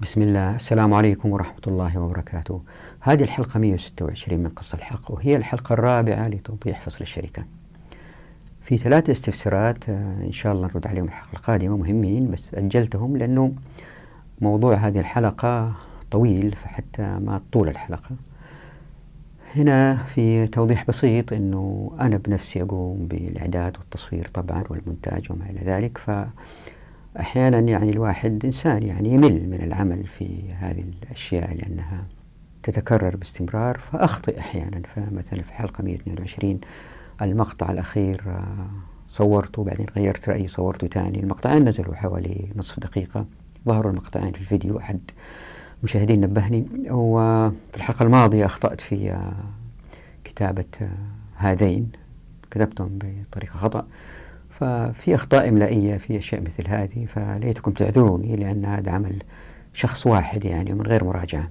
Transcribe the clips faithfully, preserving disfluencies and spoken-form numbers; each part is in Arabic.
بسم الله. السلام عليكم ورحمة الله وبركاته. هذه الحلقة مئة وستة وعشرين من قص الحق، وهي الحلقة الرابعة لتوضيح فصل الشركة. في ثلاثة استفسارات إن شاء الله نرد عليهم الحلقة القادمة، مهمين بس أجلتهم لأنه موضوع هذه الحلقة طويل فحتى ما طول الحلقة. هنا في توضيح بسيط أنه أنا بنفسي أقوم بالإعداد والتصوير طبعا والمونتاج وما إلى ذلك، فأحيانا يعني الواحد إنسان يعني يمل من العمل في هذه الأشياء لأنها تتكرر باستمرار، فأخطئ أحيانا. فمثلا في حلقة مئة واثنين وعشرين المقطع الأخير صورته بعدين غيرت رأيي صورته تاني. المقطعين نزلوا حوالي نصف دقيقة، ظهروا المقطعين في الفيديو، أحد مشاهدين نبهني. وفي الحلقة الماضية أخطأت في كتابة هذين، كتبتهم بطريقة خطأ، ففي أخطاء إملائية في أشياء مثل هذه، فليتكم تعذروني لأن هذا عمل شخص واحد يعني ومن غير مراجعة.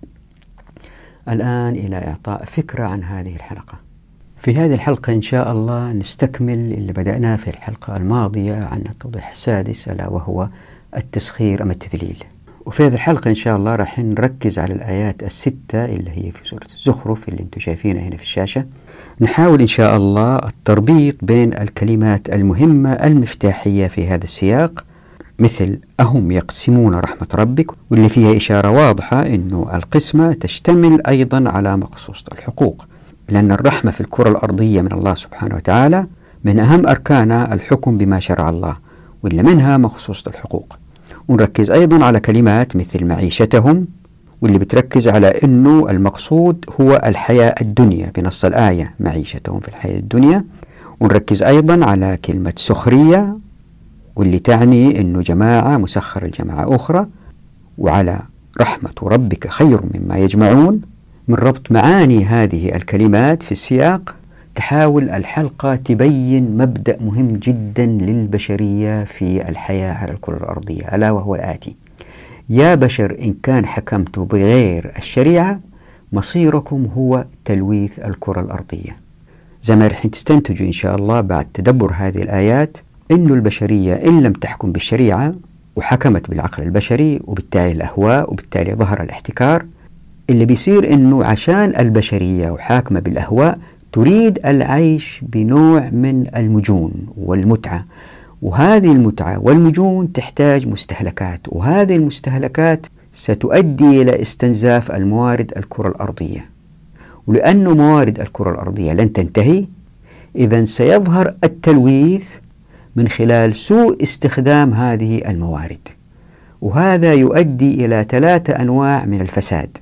الآن إلى إعطاء فكرة عن هذه الحلقة. في هذه الحلقة إن شاء الله نستكمل اللي بدأناه في الحلقة الماضية عن التوضيح السادس، ألا وهو التسخير أم التذليل. وفي هذه الحلقة إن شاء الله راح نركز على الآيات الستة اللي هي في سورة الزخرف اللي انتم شايفينها هنا في الشاشة. نحاول إن شاء الله التربيط بين الكلمات المهمة المفتاحية في هذا السياق، مثل أهم يقسمون رحمة ربك، واللي فيها إشارة واضحة أنه القسمة تشتمل أيضا على مقصوصة الحقوق، لأن الرحمة في الكرة الأرضية من الله سبحانه وتعالى من أهم أركانها الحكم بما شرع الله، واللي منها مقصوصة الحقوق. ونركز أيضا على كلمات مثل معيشتهم، واللي بتركز على أنه المقصود هو الحياة الدنيا بنص الآية، معيشتهم في الحياة الدنيا. ونركز أيضا على كلمة سخرية، واللي تعني أنه جماعة مسخر الجماعة أخرى، وعلى رحمة ربك خير مما يجمعون. من ربط معاني هذه الكلمات في السياق تحاول الحلقة تبين مبدأ مهم جدا للبشرية في الحياة على الكرة الأرضية، ألا وهو الآتي: يا بشر إن كان حكمتوا بغير الشريعة مصيركم هو تلويث الكرة الأرضية. زي ما رح تستنتجوا إن شاء الله بعد تدبر هذه الآيات إنه البشرية إن لم تحكم بالشريعة وحكمت بالعقل البشري وبالتالي الأهواء وبالتالي ظهر الاحتكار، اللي بيصير إنه عشان البشرية وحاكمة بالأهواء تريد العيش بنوع من المجون والمتعة، وهذه المتعة والمجون تحتاج مستهلكات، وهذه المستهلكات ستؤدي إلى استنزاف الموارد الكرة الأرضية. ولأن موارد الكرة الأرضية لن تنتهي، إذن سيظهر التلويث من خلال سوء استخدام هذه الموارد، وهذا يؤدي إلى ثلاثة أنواع من الفساد.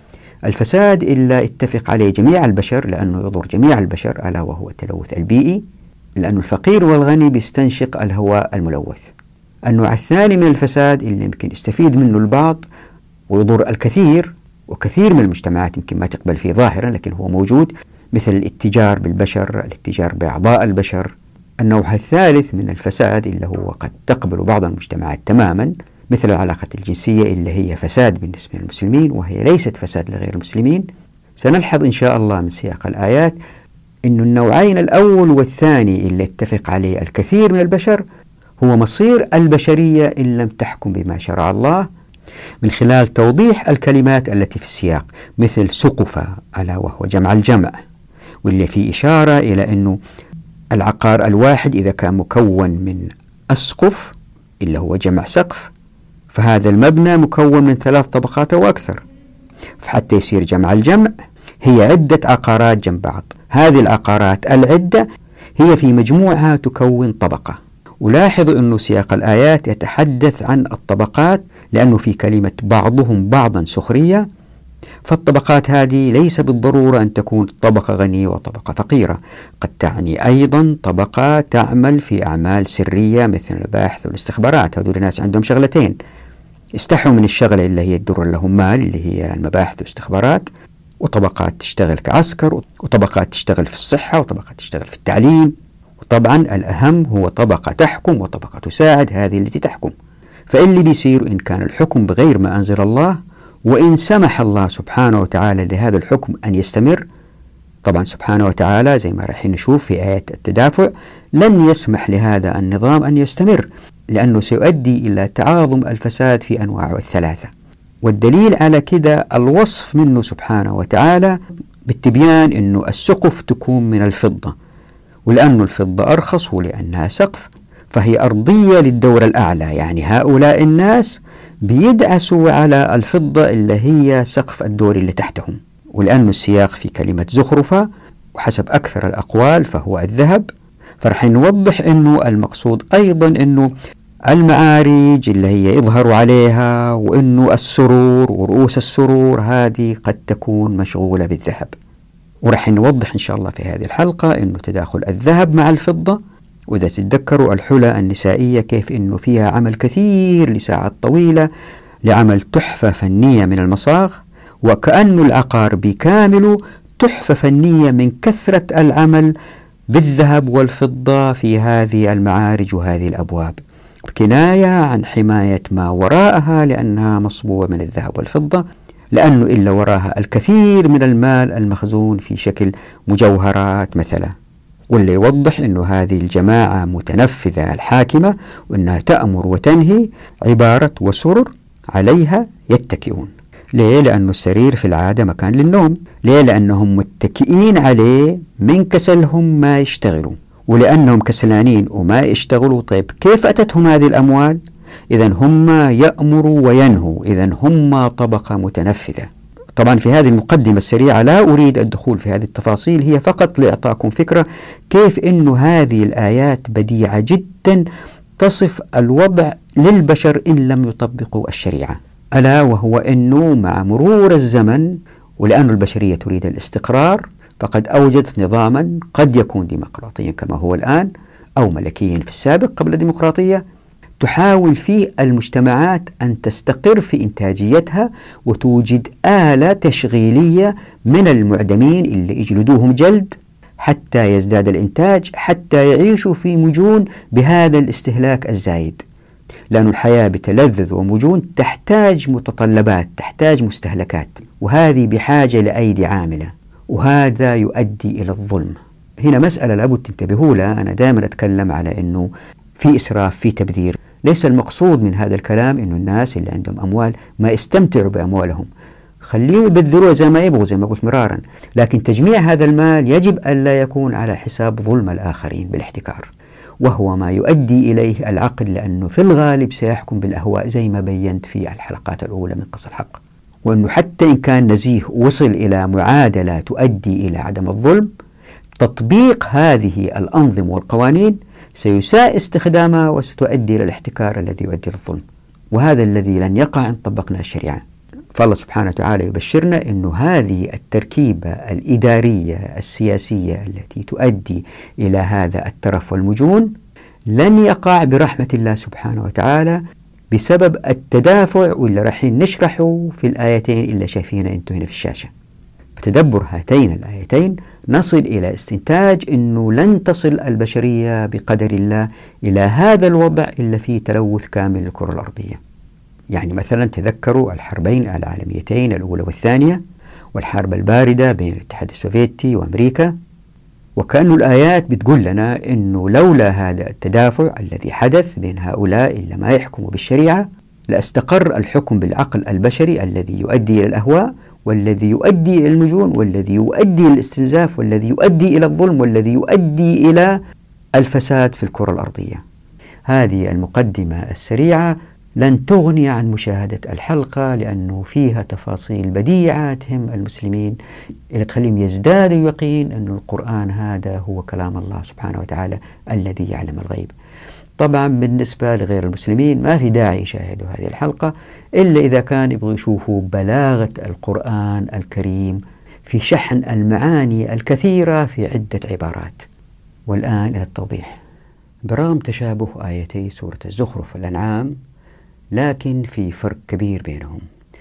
الفساد إلا اتفق عليه جميع البشر لأنه يضر جميع البشر، ألا وهو التلوث البيئي، لأن الفقير والغني بيستنشق الهواء الملوث. النوع الثاني من الفساد اللي يمكن يستفيد منه البعض ويضر الكثير، وكثير من المجتمعات يمكن ما تقبل فيه ظاهرا لكن هو موجود، مثل الاتجار بالبشر، الاتجار بأعضاء البشر. النوع الثالث من الفساد اللي هو قد تقبل بعض المجتمعات تماما، مثل العلاقة الجنسية اللي هي فساد بالنسبة للمسلمين وهي ليست فساد لغير المسلمين. سنلحظ إن شاء الله من سياق الآيات أن النوعين الأول والثاني اللي اتفق عليه الكثير من البشر هو مصير البشرية إن لم تحكم بما شرع الله، من خلال توضيح الكلمات التي في السياق، مثل سقفة، ألا وهو جمع الجمع، واللي فيه إشارة إلى أنه العقار الواحد إذا كان مكون من أسقف اللي هو جمع سقف، فهذا المبنى مكون من ثلاث طبقات أو أكثر، فحتى يصير جمع الجمع هي عدة عقارات جنب بعض. هذه العقارات العدة هي في مجموعها تكون طبقة. ولاحظوا أنه سياق الآيات يتحدث عن الطبقات لأنه في كلمة بعضهم بعضا سخرية، فالطبقات هذه ليس بالضرورة أن تكون طبقة غنية وطبقة فقيرة، قد تعني أيضا طبقة تعمل في أعمال سرية مثل البحث والاستخبارات. هذول الناس عندهم شغلتين، استحوا من الشغلة اللي هي تدر لهم مال اللي هي المباحث والاستخبارات، وطبقات تشتغل كعسكر، وطبقات تشتغل في الصحة، وطبقات تشتغل في التعليم، وطبعا الأهم هو طبقة تحكم وطبقة تساعد هذه التي تحكم. فاللي بيصير إن كان الحكم بغير ما أنزل الله، وإن سمح الله سبحانه وتعالى لهذا الحكم أن يستمر، طبعا سبحانه وتعالى زي ما راح نشوف في آيات التدافع لن يسمح لهذا النظام أن يستمر، لأنه سيؤدي إلى تعاظم الفساد في أنواعه الثلاثة. والدليل على كده الوصف منه سبحانه وتعالى بالتبيان أنه السقف تكون من الفضة، ولأن الفضة أرخص ولأنها سقف فهي أرضية للدور الأعلى، يعني هؤلاء الناس بيدعسوا على الفضة اللي هي سقف الدور اللي تحتهم. ولأن السياق في كلمة زخرفة وحسب أكثر الأقوال فهو الذهب، فرح نوضح أنه المقصود أيضا أنه المعارج اللي هي يظهر عليها وأنه السرور ورؤوس السرور هذه قد تكون مشغولة بالذهب. ورح نوضح إن شاء الله في هذه الحلقة أنه تداخل الذهب مع الفضة، وإذا تتذكروا الحلى النسائية كيف أنه فيها عمل كثير لساعات طويلة لعمل تحفة فنية من المصاغ، وكأن العقار بكامله تحفة فنية من كثرة العمل بالذهب والفضة في هذه المعارج وهذه الأبواب، كناية عن حماية ما وراءها لأنها مصبوغة من الذهب والفضة، لأنه إلا وراها الكثير من المال المخزون في شكل مجوهرات مثلا. واللي يوضح أنه هذه الجماعة متنفذة الحاكمة وأنها تأمر وتنهي عبارة وسرر عليها يتكئون. ليه؟ لأنه السرير في العادة مكان للنوم. ليه؟ لأنهم متكئين عليه من كسلهم ما يشتغلوا، ولأنهم كسلانين وما يشتغلوا. طيب كيف أتتهم هذه الأموال؟ إذن هم يأمروا وينهوا، إذن هم طبقة متنفذة. طبعا في هذه المقدمة السريعة لا أريد الدخول في هذه التفاصيل، هي فقط لإعطاكم فكرة كيف أنه هذه الآيات بديعة جدا تصف الوضع للبشر إن لم يطبقوا الشريعة، ألا وهو أنه مع مرور الزمن ولأن البشرية تريد الاستقرار فقد أوجدت نظاما قد يكون ديمقراطيا كما هو الآن أو ملكيا في السابق قبل الديمقراطية، تحاول فيه المجتمعات أن تستقر في إنتاجيتها وتوجد آلة تشغيلية من المعدمين اللي يجلدوهم جلد حتى يزداد الإنتاج، حتى يعيشوا في مجون بهذا الاستهلاك الزايد. لأن الحياة بتلذذ ومجون تحتاج متطلبات، تحتاج مستهلكات، وهذه بحاجة لأيدي عاملة، وهذا يؤدي إلى الظلم. هنا مسألة لابد تنتبهوا لها. أنا دائما أتكلم على أنه في إسراف، في تبذير. ليس المقصود من هذا الكلام أنه الناس اللي عندهم أموال ما يستمتعوا بأموالهم، خليهم يبذروها زي ما يبغوا زي ما قلت مرارا، لكن تجميع هذا المال يجب أن لا يكون على حساب ظلم الآخرين بالاحتكار، وهو ما يؤدي إليه العقل، لأنه في الغالب سيحكم بالأهواء زي ما بينت في الحلقات الأولى من قص الحق. وأنه حتى إن كان نزيه وصل إلى معادلة تؤدي إلى عدم الظلم، تطبيق هذه الأنظمة والقوانين سيساء استخدامها وستؤدي إلى الاحتكار الذي يؤدي للظلم، وهذا الذي لن يقع إن طبقنا الشريعة. فالله سبحانه وتعالى يبشرنا أن هذه التركيبة الإدارية السياسية التي تؤدي إلى هذا الترف والمجون لن يقع برحمة الله سبحانه وتعالى بسبب التدافع واللي راح نشرحه في الآيتين اللي شايفينها انتم هنا في الشاشة. بتدبر هاتين الآيتين نصل إلى استنتاج أنه لن تصل البشرية بقدر الله إلى هذا الوضع إلا فيه تلوث كامل للكرة الأرضية. يعني مثلا تذكروا الحربين العالميتين الأولى والثانية والحرب الباردة بين الاتحاد السوفيتي وأمريكا، وكأن الآيات بتقول لنا أنه لولا هذا التدافع الذي حدث بين هؤلاء اللي ما يحكموا بالشريعة لاستقر الحكم بالعقل البشري الذي يؤدي إلى الأهواء، والذي يؤدي إلى المجون، والذي يؤدي إلى الاستنزاف، والذي يؤدي إلى الظلم، والذي يؤدي إلى الفساد في الكرة الأرضية. هذه المقدمة السريعة لن تغني عن مشاهدة الحلقة، لأنه فيها تفاصيل بديعة تهم المسلمين اللي تخليهم يزدادوا يقين أن القرآن هذا هو كلام الله سبحانه وتعالى الذي يعلم الغيب. طبعا بالنسبة لغير المسلمين ما في داعي يشاهدوا هذه الحلقة إلا إذا كان يبغوا يشوفوا بلاغة القرآن الكريم في شحن المعاني الكثيرة في عدة عبارات. والآن إلى التوضيح. برغم تشابه آيتي سورة الزخرف والأنعام، لكن في فرق كبير بينهم.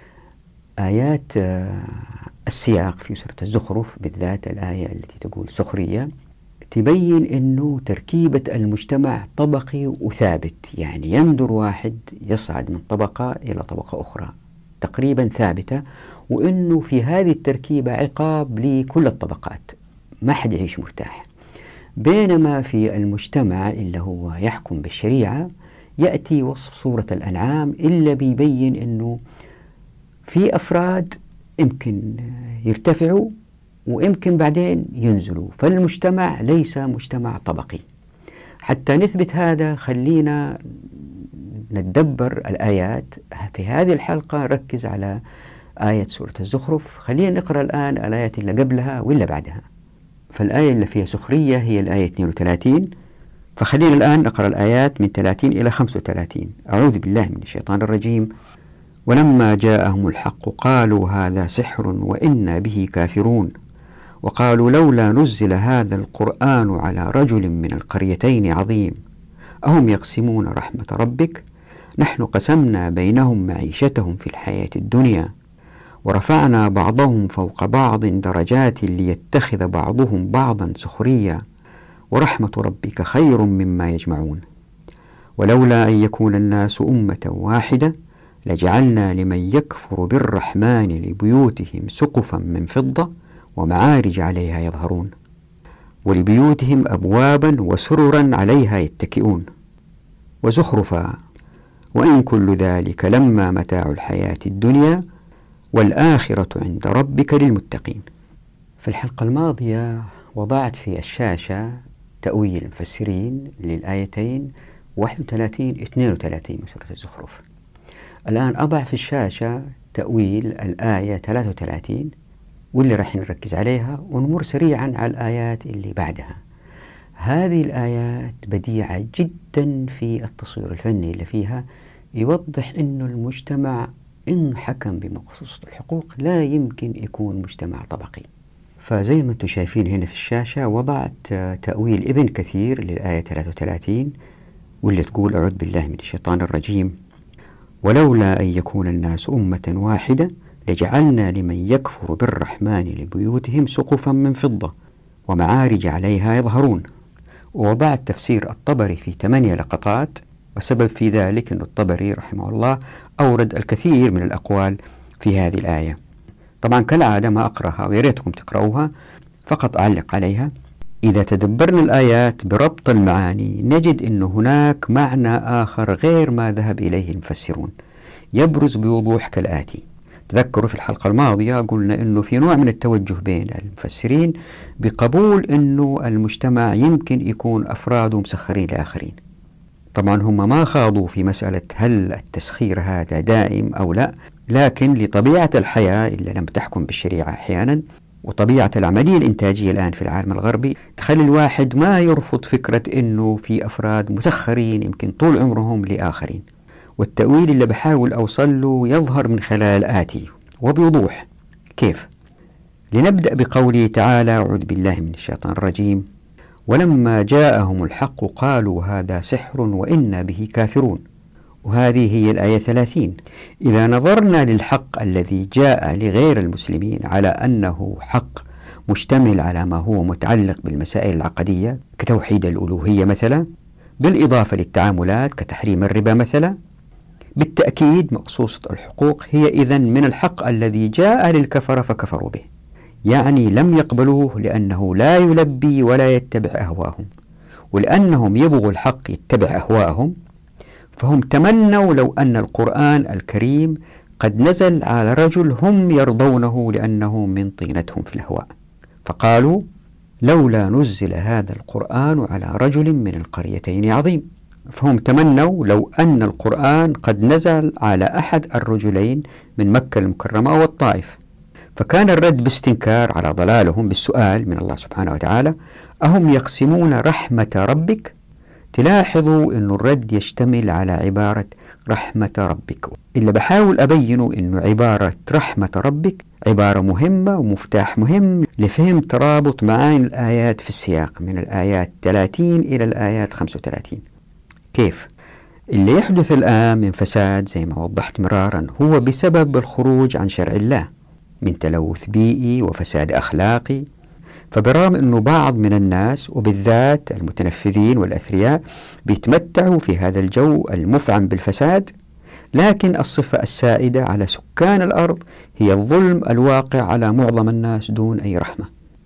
آيات السياق في سورة الزخرف بالذات الآية التي تقول سخرية تبين أنه تركيبة المجتمع طبقي وثابت، يعني يندر واحد يصعد من طبقة إلى طبقة أخرى تقريبا ثابتة، وأنه في هذه التركيبة عقاب لكل الطبقات، ما حد يعيش مرتاح. بينما في المجتمع اللي هو يحكم بالشريعة يأتي وصف سورة الأنعام إلا بيبين أنه في أفراد يمكن يرتفعوا ويمكن بعدين ينزلوا، فالمجتمع ليس مجتمع طبقي. حتى نثبت هذا خلينا نتدبر الآيات. في هذه الحلقة ركز على آية سورة الزخرف. خلينا نقرأ الآن الآيات اللي قبلها واللي بعدها. فالآية اللي فيها سخرية هي الآية اثنين وثلاثين، فخلينا الآن نقرأ الآيات من ثلاثين إلى خمسة وثلاثين. أعوذ بالله من الشيطان الرجيم. ولما جاءهم الحق قالوا هذا سحر وإنا به كافرون وقالوا لولا نزل هذا القرآن على رجل من القريتين عظيم أهم يقسمون رحمة ربك نحن قسمنا بينهم معيشتهم في الحياة الدنيا ورفعنا بعضهم فوق بعض درجات ليتخذ بعضهم بعضا سخريا ورحمة ربك خير مما يجمعون ولولا أن يكون الناس أمة واحدة لجعلنا لمن يكفر بالرحمن لبيوتهم سقفا من فضة ومعارج عليها يظهرون ولبيوتهم أبوابا وسررا عليها يتكئون وزخرفا وإن كل ذلك لما متاع الحياة الدنيا والآخرة عند ربك للمتقين. في الحلقة الماضية وضعت في الشاشة تأويل المفسرين للآيتين واحد وثلاثين اثنين وثلاثين من سورة الزخرف. الآن أضع في الشاشة تأويل الآية ثلاثة وثلاثين واللي راح نركز عليها ونمر سريعا على الآيات اللي بعدها. هذه الآيات بديعة جدا في التصوير الفني اللي فيها، يوضح أن المجتمع إن حكم بمقصوصة الحقوق لا يمكن يكون مجتمع طبقي. فزي ما انتم شايفين هنا في الشاشة وضعت تأويل ابن كثير للآية ثلاثة وثلاثين واللي تقول أعوذ بالله من الشيطان الرجيم. ولولا أن يكون الناس أمة واحدة لجعلنا لمن يكفر بالرحمن لبيوتهم سقفا من فضة ومعارج عليها يظهرون. ووضعت تفسير الطبري في ثمانية لقطات، والسبب في ذلك أن الطبري رحمه الله أورد الكثير من الأقوال في هذه الآية. طبعا كالعادة ما أقرأها ويريتكم تقرأوها، فقط أعلق عليها. إذا تدبرنا الآيات بربط المعاني نجد أن هناك معنى آخر غير ما ذهب إليه المفسرون يبرز بوضوح كالآتي. تذكروا في الحلقة الماضية قلنا أنه في نوع من التوجه بين المفسرين بقبول أنه المجتمع يمكن يكون أفراده مسخرين لآخرين. طبعا هم ما خاضوا في مسألة هل التسخير هذا دائم أو لا، لكن لطبيعة الحياة اللي لم تحكم بالشريعة أحيانا وطبيعة العملية الإنتاجية الآن في العالم الغربي تخلي الواحد ما يرفض فكرة أنه في أفراد مسخرين يمكن طول عمرهم لآخرين. والتأويل اللي بحاول أوصل له يظهر من خلال الآتي وبوضوح. كيف؟ لنبدأ بقوله تعالى أعوذ بالله من الشيطان الرجيم. ولما جاءهم الحق قالوا هذا سحر وإنا به كافرون. وهذه هي الآية ثلاثين. إذا نظرنا للحق الذي جاء لغير المسلمين على أنه حق مشتمل على ما هو متعلق بالمسائل العقدية كتوحيد الألوهية مثلا، بالإضافة للتعاملات كتحريم الربا مثلا، بالتأكيد مقصوصة الحقوق هي إذن من الحق الذي جاء للكفر فكفروا به، يعني لم يقبلوه لأنه لا يلبي ولا يتبع أهواهم. ولأنهم يبغوا الحق يتبع أهواءهم فهم تمنوا لو أن القرآن الكريم قد نزل على رجل هم يرضونه لأنه من طينتهم في الهواء، فقالوا لولا نزل هذا القرآن على رجل من القريتين عظيم. فهم تمنوا لو أن القرآن قد نزل على أحد الرجلين من مكة المكرمة والطائف. فكان الرد باستنكار على ضلالهم بالسؤال من الله سبحانه وتعالى أهم يقسمون رحمة ربك. تلاحظوا أن الرد يشتمل على عبارة رحمة ربك. اللي بحاول أبينه أن عبارة رحمة ربك عبارة مهمة ومفتاح مهم لفهم ترابط معاني الآيات في السياق من الآيات ثلاثين إلى الآيات خمسة وثلاثين. كيف؟ اللي يحدث الآن من فساد زي ما وضحت مرارا هو بسبب الخروج عن شرع الله من تلوث بيئي وفساد أخلاقي. فبرغم أنه بعض من الناس وبالذات المتنفذين والأثرياء بيتمتعوا في هذا الجو المفعم بالفساد، لكن الصفة السائدة على سكان الأرض هي الظلم الواقع على معظم الناس دون أي رحمة،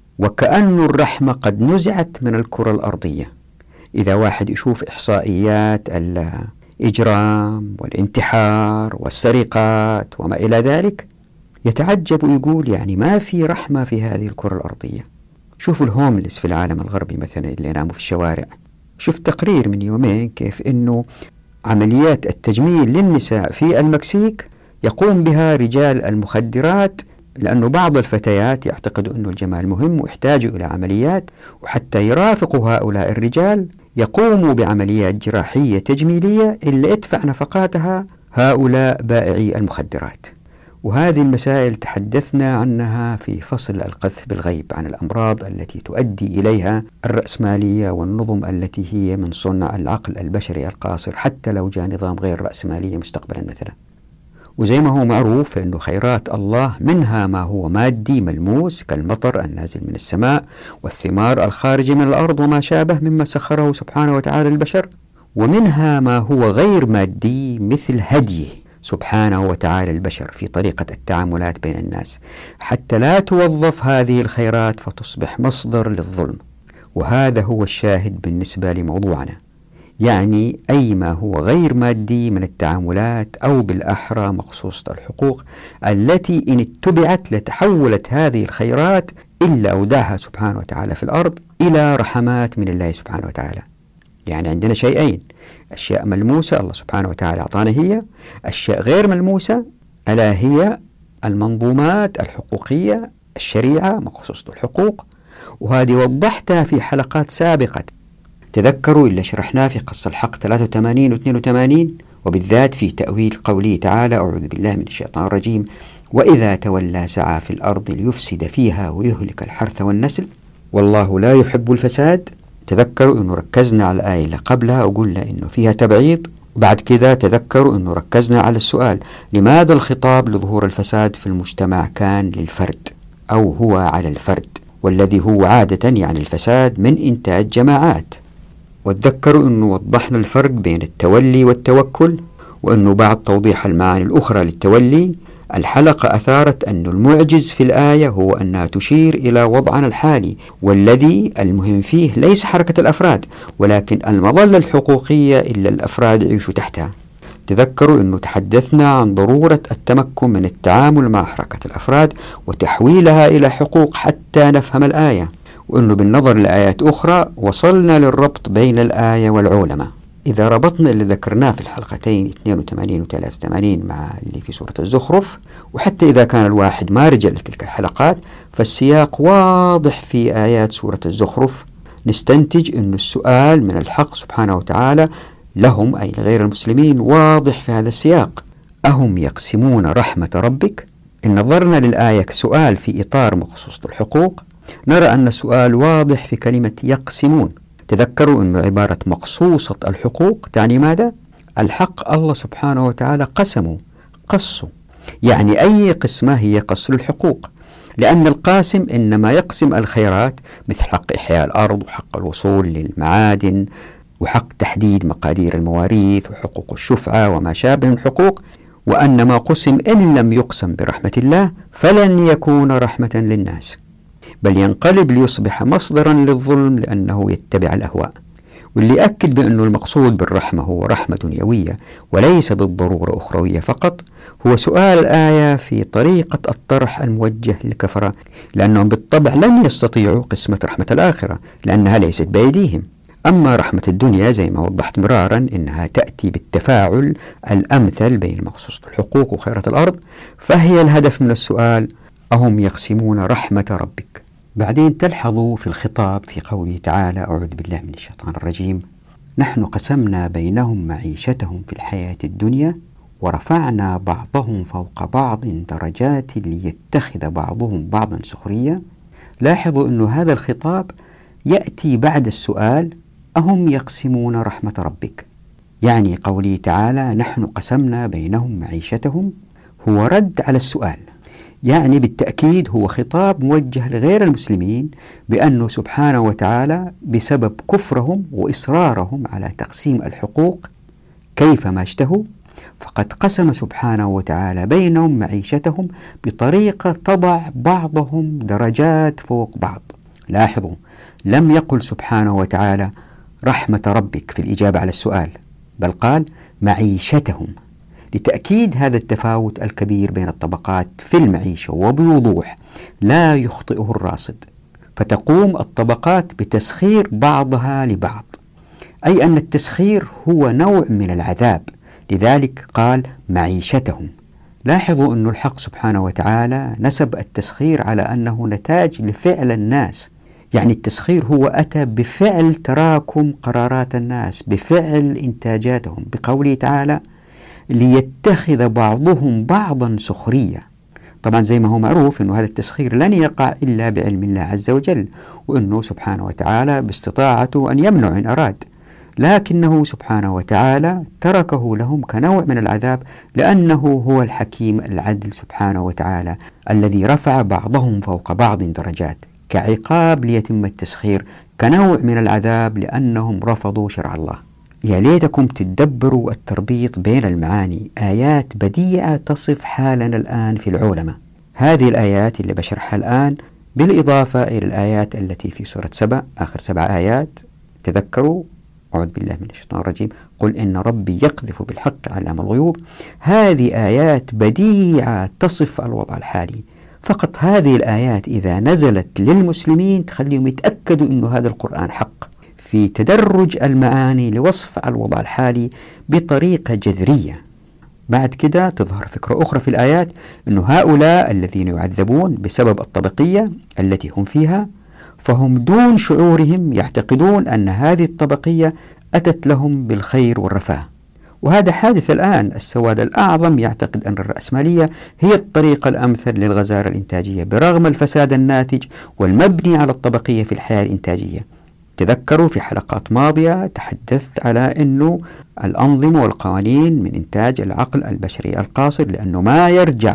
وكأن الرحمة قد نزعت من الكرة الأرضية. إذا واحد يشوف إحصائيات الإجرام والانتحار والسرقات وما إلى ذلك يتعجب ويقول يعني ما في رحمة في هذه الكرة الأرضية. شوفوا الهوملس في العالم الغربي مثلا اللي يناموا في الشوارع. شوف تقرير من يومين كيف أنه عمليات التجميل للنساء في المكسيك يقوم بها رجال المخدرات، لأنه بعض الفتيات يعتقدوا أنه الجمال مهم ويحتاجوا إلى عمليات، وحتى يرافقوا هؤلاء الرجال يقوموا بعمليات جراحية تجميلية اللي ادفع نفقاتها هؤلاء بائعي المخدرات. وهذه المسائل تحدثنا عنها في فصل القذف بالغيب عن الأمراض التي تؤدي إليها الرأسمالية والنظم التي هي من صنع العقل البشري القاصر، حتى لو جاء نظام غير رأسمالي مستقبلا مثلا. وزي ما هو معروف أنه خيرات الله منها ما هو مادي ملموس كالمطر النازل من السماء والثمار الخارج من الأرض وما شابه مما سخره سبحانه وتعالى للبشر، ومنها ما هو غير مادي مثل هديه سبحانه وتعالى البشر في طريقة التعاملات بين الناس، حتى لا توظف هذه الخيرات فتصبح مصدر للظلم. وهذا هو الشاهد بالنسبة لموضوعنا، يعني أي ما هو غير مادي من التعاملات، أو بالأحرى مقصوصة الحقوق التي إن اتبعت لتحولت هذه الخيرات إلا أودعها سبحانه وتعالى في الأرض إلى رحمات من الله سبحانه وتعالى. يعني عندنا شيئين، أشياء ملموسة الله سبحانه وتعالى أعطانا هي، أشياء غير ملموسة ألا هي المنظومات الحقوقية، الشريعة مقصوصة الحقوق، وهذه وضحتها في حلقات سابقة. تذكروا اللي شرحناه في قصة الحق ثلاثة وثمانين و اثنين وثمانين، وبالذات في تأويل قوله تعالى أعوذ بالله من الشيطان الرجيم وإذا تولى سعى في الأرض ليفسد فيها ويهلك الحرث والنسل والله لا يحب الفساد. تذكروا أنه ركزنا على الآية اللي قبلها وقلنا أنه فيها تبعيض، وبعد كذا تذكروا أنه ركزنا على السؤال لماذا الخطاب لظهور الفساد في المجتمع كان للفرد أو هو على الفرد، والذي هو عادة يعني الفساد من إنتاج جماعات. وتذكروا أنه وضحنا الفرق بين التولي والتوكل، وأنه بعد توضيح المعاني الأخرى للتولي الحلقة أثارت أن المعجز في الآية هو أنها تشير إلى وضعنا الحالي، والذي المهم فيه ليس حركة الأفراد ولكن المظلة الحقوقية اللي الأفراد يعيشوا تحتها. تذكروا أنه تحدثنا عن ضرورة التمكن من التعامل مع حركة الأفراد وتحويلها إلى حقوق حتى نفهم الآية، وأنه بالنظر لآيات أخرى وصلنا للربط بين الآية والعولمة. إذا ربطنا اللي ذكرناه في الحلقتين اثنين وثمانين و ثلاثة وثمانين مع اللي في سورة الزخرف، وحتى إذا كان الواحد ما رجع لتلك الحلقات، فالسياق واضح في آيات سورة الزخرف. نستنتج أن السؤال من الحق سبحانه وتعالى لهم أي لغير المسلمين واضح في هذا السياق: أهم يقسمون رحمة ربك؟ إن نظرنا للآية كسؤال في إطار مخصوص الحقوق، نرى أن السؤال واضح في كلمة يقسمون. تذكروا أن عبارة مقصوصة الحقوق تعني ماذا؟ الحق الله سبحانه وتعالى قسموا قصوا، يعني أي قسمة هي قصر الحقوق، لأن القاسم إنما يقسم الخيرات مثل حق إحياء الأرض وحق الوصول للمعادن وحق تحديد مقادير المواريث وحقوق الشفعة وما شابه من حقوق، وأن ما قسم إن لم يقسم برحمة الله فلن يكون رحمة للناس، بل ينقلب ليصبح مصدرا للظلم لأنه يتبع الأهواء. واللي يأكد بأنه المقصود بالرحمة هو رحمة دنيوية وليس بالضرورة أخروية فقط هو سؤال الآية في طريقة الطرح الموجه للكفرة، لأنهم بالطبع لن يستطيعوا قسمة رحمة الآخرة لأنها ليست بأيديهم. أما رحمة الدنيا زي ما وضحت مرارا إنها تأتي بالتفاعل الأمثل بين مخصوص الحقوق وخيرة الأرض، فهي الهدف من السؤال: أهم يقسمون رحمة ربك؟ بعدين تلحظوا في الخطاب في قوله تعالى أعوذ بالله من الشيطان الرجيم: نحن قسمنا بينهم معيشتهم في الحياة الدنيا ورفعنا بعضهم فوق بعض درجات ليتخذ بعضهم بعضا سخريا. لاحظوا أن هذا الخطاب يأتي بعد السؤال أهم يقسمون رحمة ربك، يعني قوله تعالى نحن قسمنا بينهم معيشتهم هو رد على السؤال، يعني بالتأكيد هو خطاب موجه لغير المسلمين بأنه سبحانه وتعالى بسبب كفرهم وإصرارهم على تقسيم الحقوق كيفما اشتهوا فقد قسم سبحانه وتعالى بينهم معيشتهم بطريقة تضع بعضهم درجات فوق بعض. لاحظوا لم يقل سبحانه وتعالى رحمة ربك في الإجابة على السؤال، بل قال معيشتهم، لتأكيد هذا التفاوت الكبير بين الطبقات في المعيشة وبوضوح لا يخطئه الراصد، فتقوم الطبقات بتسخير بعضها لبعض، أي أن التسخير هو نوع من العذاب، لذلك قال معيشتهم. لاحظوا أن الحق سبحانه وتعالى نسب التسخير على أنه نتاج لفعل الناس، يعني التسخير هو أتى بفعل تراكم قرارات الناس، بفعل إنتاجاتهم، بقوله تعالى ليتخذ بعضهم بعضا سخرية. طبعا زي ما هو معروف أنه هذا التسخير لن يقع إلا بعلم الله عز وجل، وأنه سبحانه وتعالى باستطاعته أن يمنع إن أراد، لكنه سبحانه وتعالى تركه لهم كنوع من العذاب، لأنه هو الحكيم العدل سبحانه وتعالى الذي رفع بعضهم فوق بعض درجات كعقاب ليتم التسخير، كنوع من العذاب لأنهم رفضوا شرع الله. يا ليتكم تدبروا التربيط بين المعاني، آيات بديعة تصف حالنا الآن في العولمة. هذه الآيات اللي بشرحها الآن بالإضافة إلى الآيات التي في سورة سبأ، آخر سبع آيات، تذكروا أعوذ بالله من الشيطان الرجيم قل إن ربي يقذف بالحق علام الغيوب. هذه آيات بديعة تصف الوضع الحالي، فقط هذه الآيات إذا نزلت للمسلمين تخليهم يتأكدوا أن هذا القرآن حق في تدرج المعاني لوصف الوضع الحالي بطريقة جذرية. بعد كده تظهر فكرة أخرى في الآيات، أن هؤلاء الذين يعذبون بسبب الطبقية التي هم فيها، فهم دون شعورهم يعتقدون أن هذه الطبقية أتت لهم بالخير والرفاه، وهذا حادث الآن. السواد الأعظم يعتقد أن الرأسمالية هي الطريقة الأمثل للغزارة الإنتاجية برغم الفساد الناتج والمبني على الطبقية في الحياة الإنتاجية. تذكروا في حلقات ماضية تحدثت على أنه الأنظمة والقوانين من إنتاج العقل البشري القاصر، لأنه ما يرجع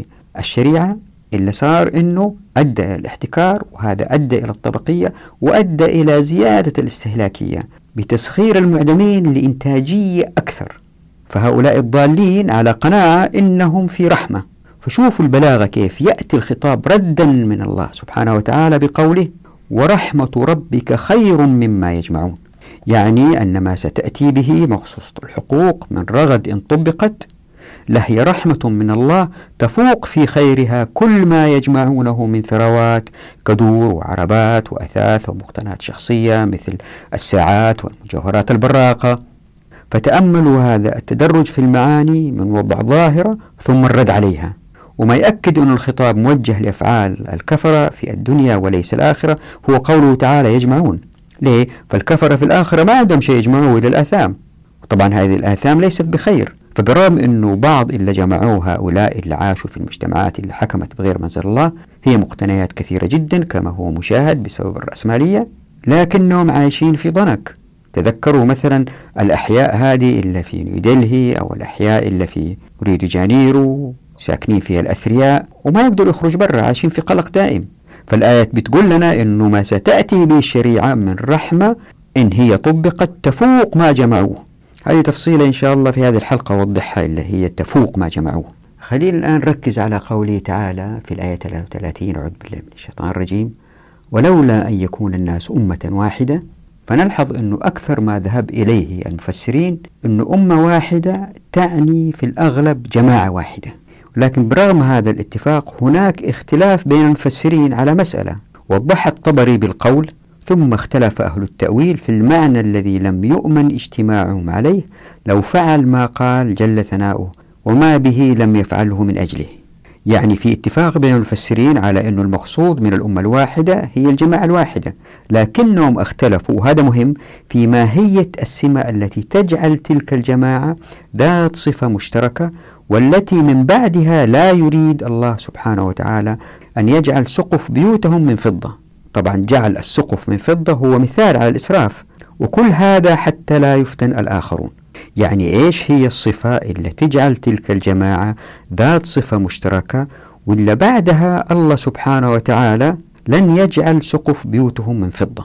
للشريعة إلا صار أنه أدى إلى الاحتكار، وهذا أدى إلى الطبقية وأدى إلى زيادة الاستهلاكية بتسخير المعدمين لإنتاجية أكثر. فهؤلاء الضالين على قناعة إنهم في رحمة. فشوفوا البلاغة كيف يأتي الخطاب ردا من الله سبحانه وتعالى بقوله ورحمة ربك خير مما يجمعون، يعني أن ما ستأتي به مخصوص الحقوق من رغد إن طبقت لهي رحمة من الله تفوق في خيرها كل ما يجمعونه من ثروات كدور وعربات وأثاث ومقتنيات شخصية مثل الساعات والمجوهرات البراقة. فتأملوا هذا التدرج في المعاني من وضع ظاهرة ثم الرد عليها. وما يأكد أن الخطاب موجه لأفعال الكفرة في الدنيا وليس الآخرة هو قوله تعالى يجمعون. ليه؟ فالكفرة في الآخرة ما عندهم شيء يجمعوه إلى الآثام، وطبعا هذه الآثام ليست بخير. فبرغم أنه بعض اللي جمعوه هؤلاء اللي عاشوا في المجتمعات اللي حكمت بغير منزل الله هي مقتنيات كثيرة جدا كما هو مشاهد بسبب الرأسمالية، لكنهم عايشين في ضنك. تذكروا مثلا الأحياء هذه اللي في نيودلهي أو الأحياء اللي في ريو دي جانيرو ساكنين فيها الأثرياء وما يقدروا يخرجوا برا، عايشين في قلق دائم. فالآيات بتقول لنا أنه ما ستأتي به الشريعة من رحمة إن هي طبقت تفوق ما جمعوه. هذه تفصيلة إن شاء الله في هذه الحلقة وضحها اللي هي تفوق ما جمعوه. خلينا الآن نركز على قوله تعالى في الآية ثلاثة وثلاثين أعوذ بالله من الشيطان الرجيم ولولا أن يكون الناس أمة واحدة. فنلحظ أنه أكثر ما ذهب إليه المفسرين أنه أمة واحدة تعني في الأغلب جماعة واحدة، لكن برغم هذا الاتفاق هناك اختلاف بين المفسرين على مسألة وضح الطبري بالقول ثم اختلف أهل التأويل في المعنى الذي لم يؤمن اجتماعهم عليه لو فعل ما قال جل ثناؤه وما به لم يفعله من أجله. يعني في اتفاق بين المفسرين على أن المقصود من الأمة الواحدة هي الجماعة الواحدة، لكنهم اختلفوا وهذا مهم في ماهية السمة التي تجعل تلك الجماعة ذات صفة مشتركة والتي من بعدها لا يريد الله سبحانه وتعالى أن يجعل سقف بيوتهم من فضة. طبعا جعل السقف من فضة هو مثال على الإسراف، وكل هذا حتى لا يفتن الآخرون. يعني إيش هي الصفة اللي تجعل تلك الجماعة ذات صفة مشتركة واللي بعدها الله سبحانه وتعالى لن يجعل سقف بيوتهم من فضة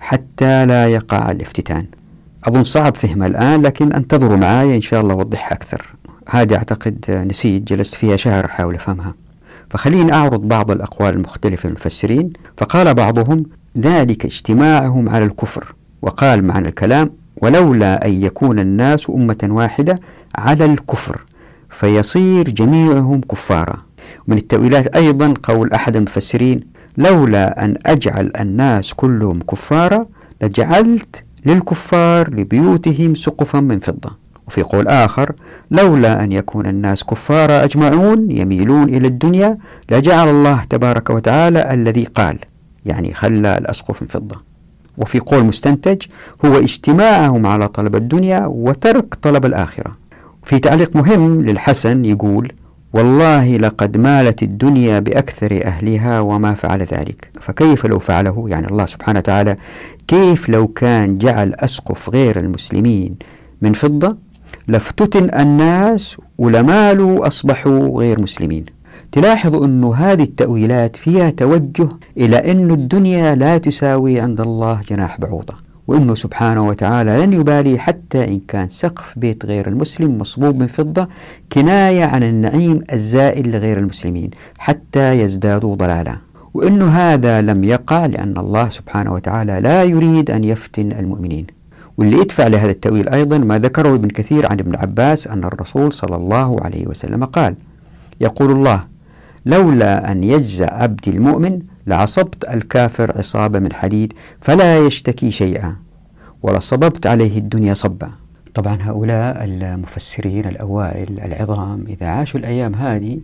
حتى لا يقع الافتتان؟ أظن صعب فهمها الآن، لكن انتظروا معايا إن شاء الله أوضحها أكثر. هذه أعتقد نسيت، جلست فيها شهر أحاول أفهمها. فخليني أعرض بعض الأقوال المختلفة للمفسرين. فقال بعضهم ذلك اجتماعهم على الكفر، وقال معنى الكلام ولولا أن يكون الناس أمة واحدة على الكفر فيصير جميعهم كفارا. من التأويلات أيضا قول أحد المفسرين: لولا أن أجعل الناس كلهم كفارا لجعلت للكفار لبيوتهم سقفا من فضة. وفي قول آخر: لولا أن يكون الناس كفارا أجمعون يميلون إلى الدنيا لجعل الله تبارك وتعالى الذي قال، يعني خلى الأسقف من فضة. وفي قول مستنتج: هو اجتماعهم على طلب الدنيا وترك طلب الآخرة. في تعليق مهم للحسن يقول: والله لقد مالت الدنيا بأكثر أهلها وما فعل ذلك. فكيف لو فعله؟ يعني الله سبحانه وتعالى كيف لو كان جعل أسقف غير المسلمين من فضة لافتتن الناس ولمالوا أصبحوا غير مسلمين. تلاحظوا أن هذه التأويلات فيها توجه إلى أن الدنيا لا تساوي عند الله جناح بعوضة، وأنه سبحانه وتعالى لن يبالي حتى إن كان سقف بيت غير المسلم مصبوب من فضة، كناية عن النعيم الزائل لغير المسلمين حتى يزدادوا ضلالا. وأن هذا لم يقع لأن الله سبحانه وتعالى لا يريد أن يفتن المؤمنين. واللي يدفع لهذا التأويل أيضا ما ذكره ابن كثير عن ابن عباس أن الرسول صلى الله عليه وسلم قال: يقول الله: لولا أن يجزع عبدي المؤمن لعصبت الكافر عصابة من حديد فلا يشتكي شيئا ولصببت عليه الدنيا صبا. طبعا هؤلاء المفسرين الأوائل العظام إذا عاشوا الأيام هذه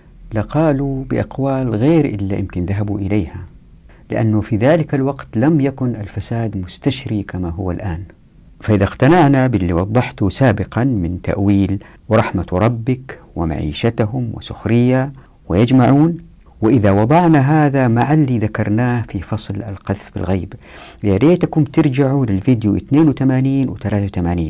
لقالوا بأقوال غير إلا يمكن ذهبوا إليها، لأنه في ذلك الوقت لم يكن الفساد مستشري كما هو الآن. فإذا اقتنعنا باللي وضحته سابقا من تأويل ورحمة ربك ومعيشتهم وسخرية ويجمعون، وإذا وضعنا هذا مع اللي ذكرناه في فصل القذف بالغيب، يا ريتكم ترجعوا للفيديو اثنين وثمانين و ثلاثة وثمانين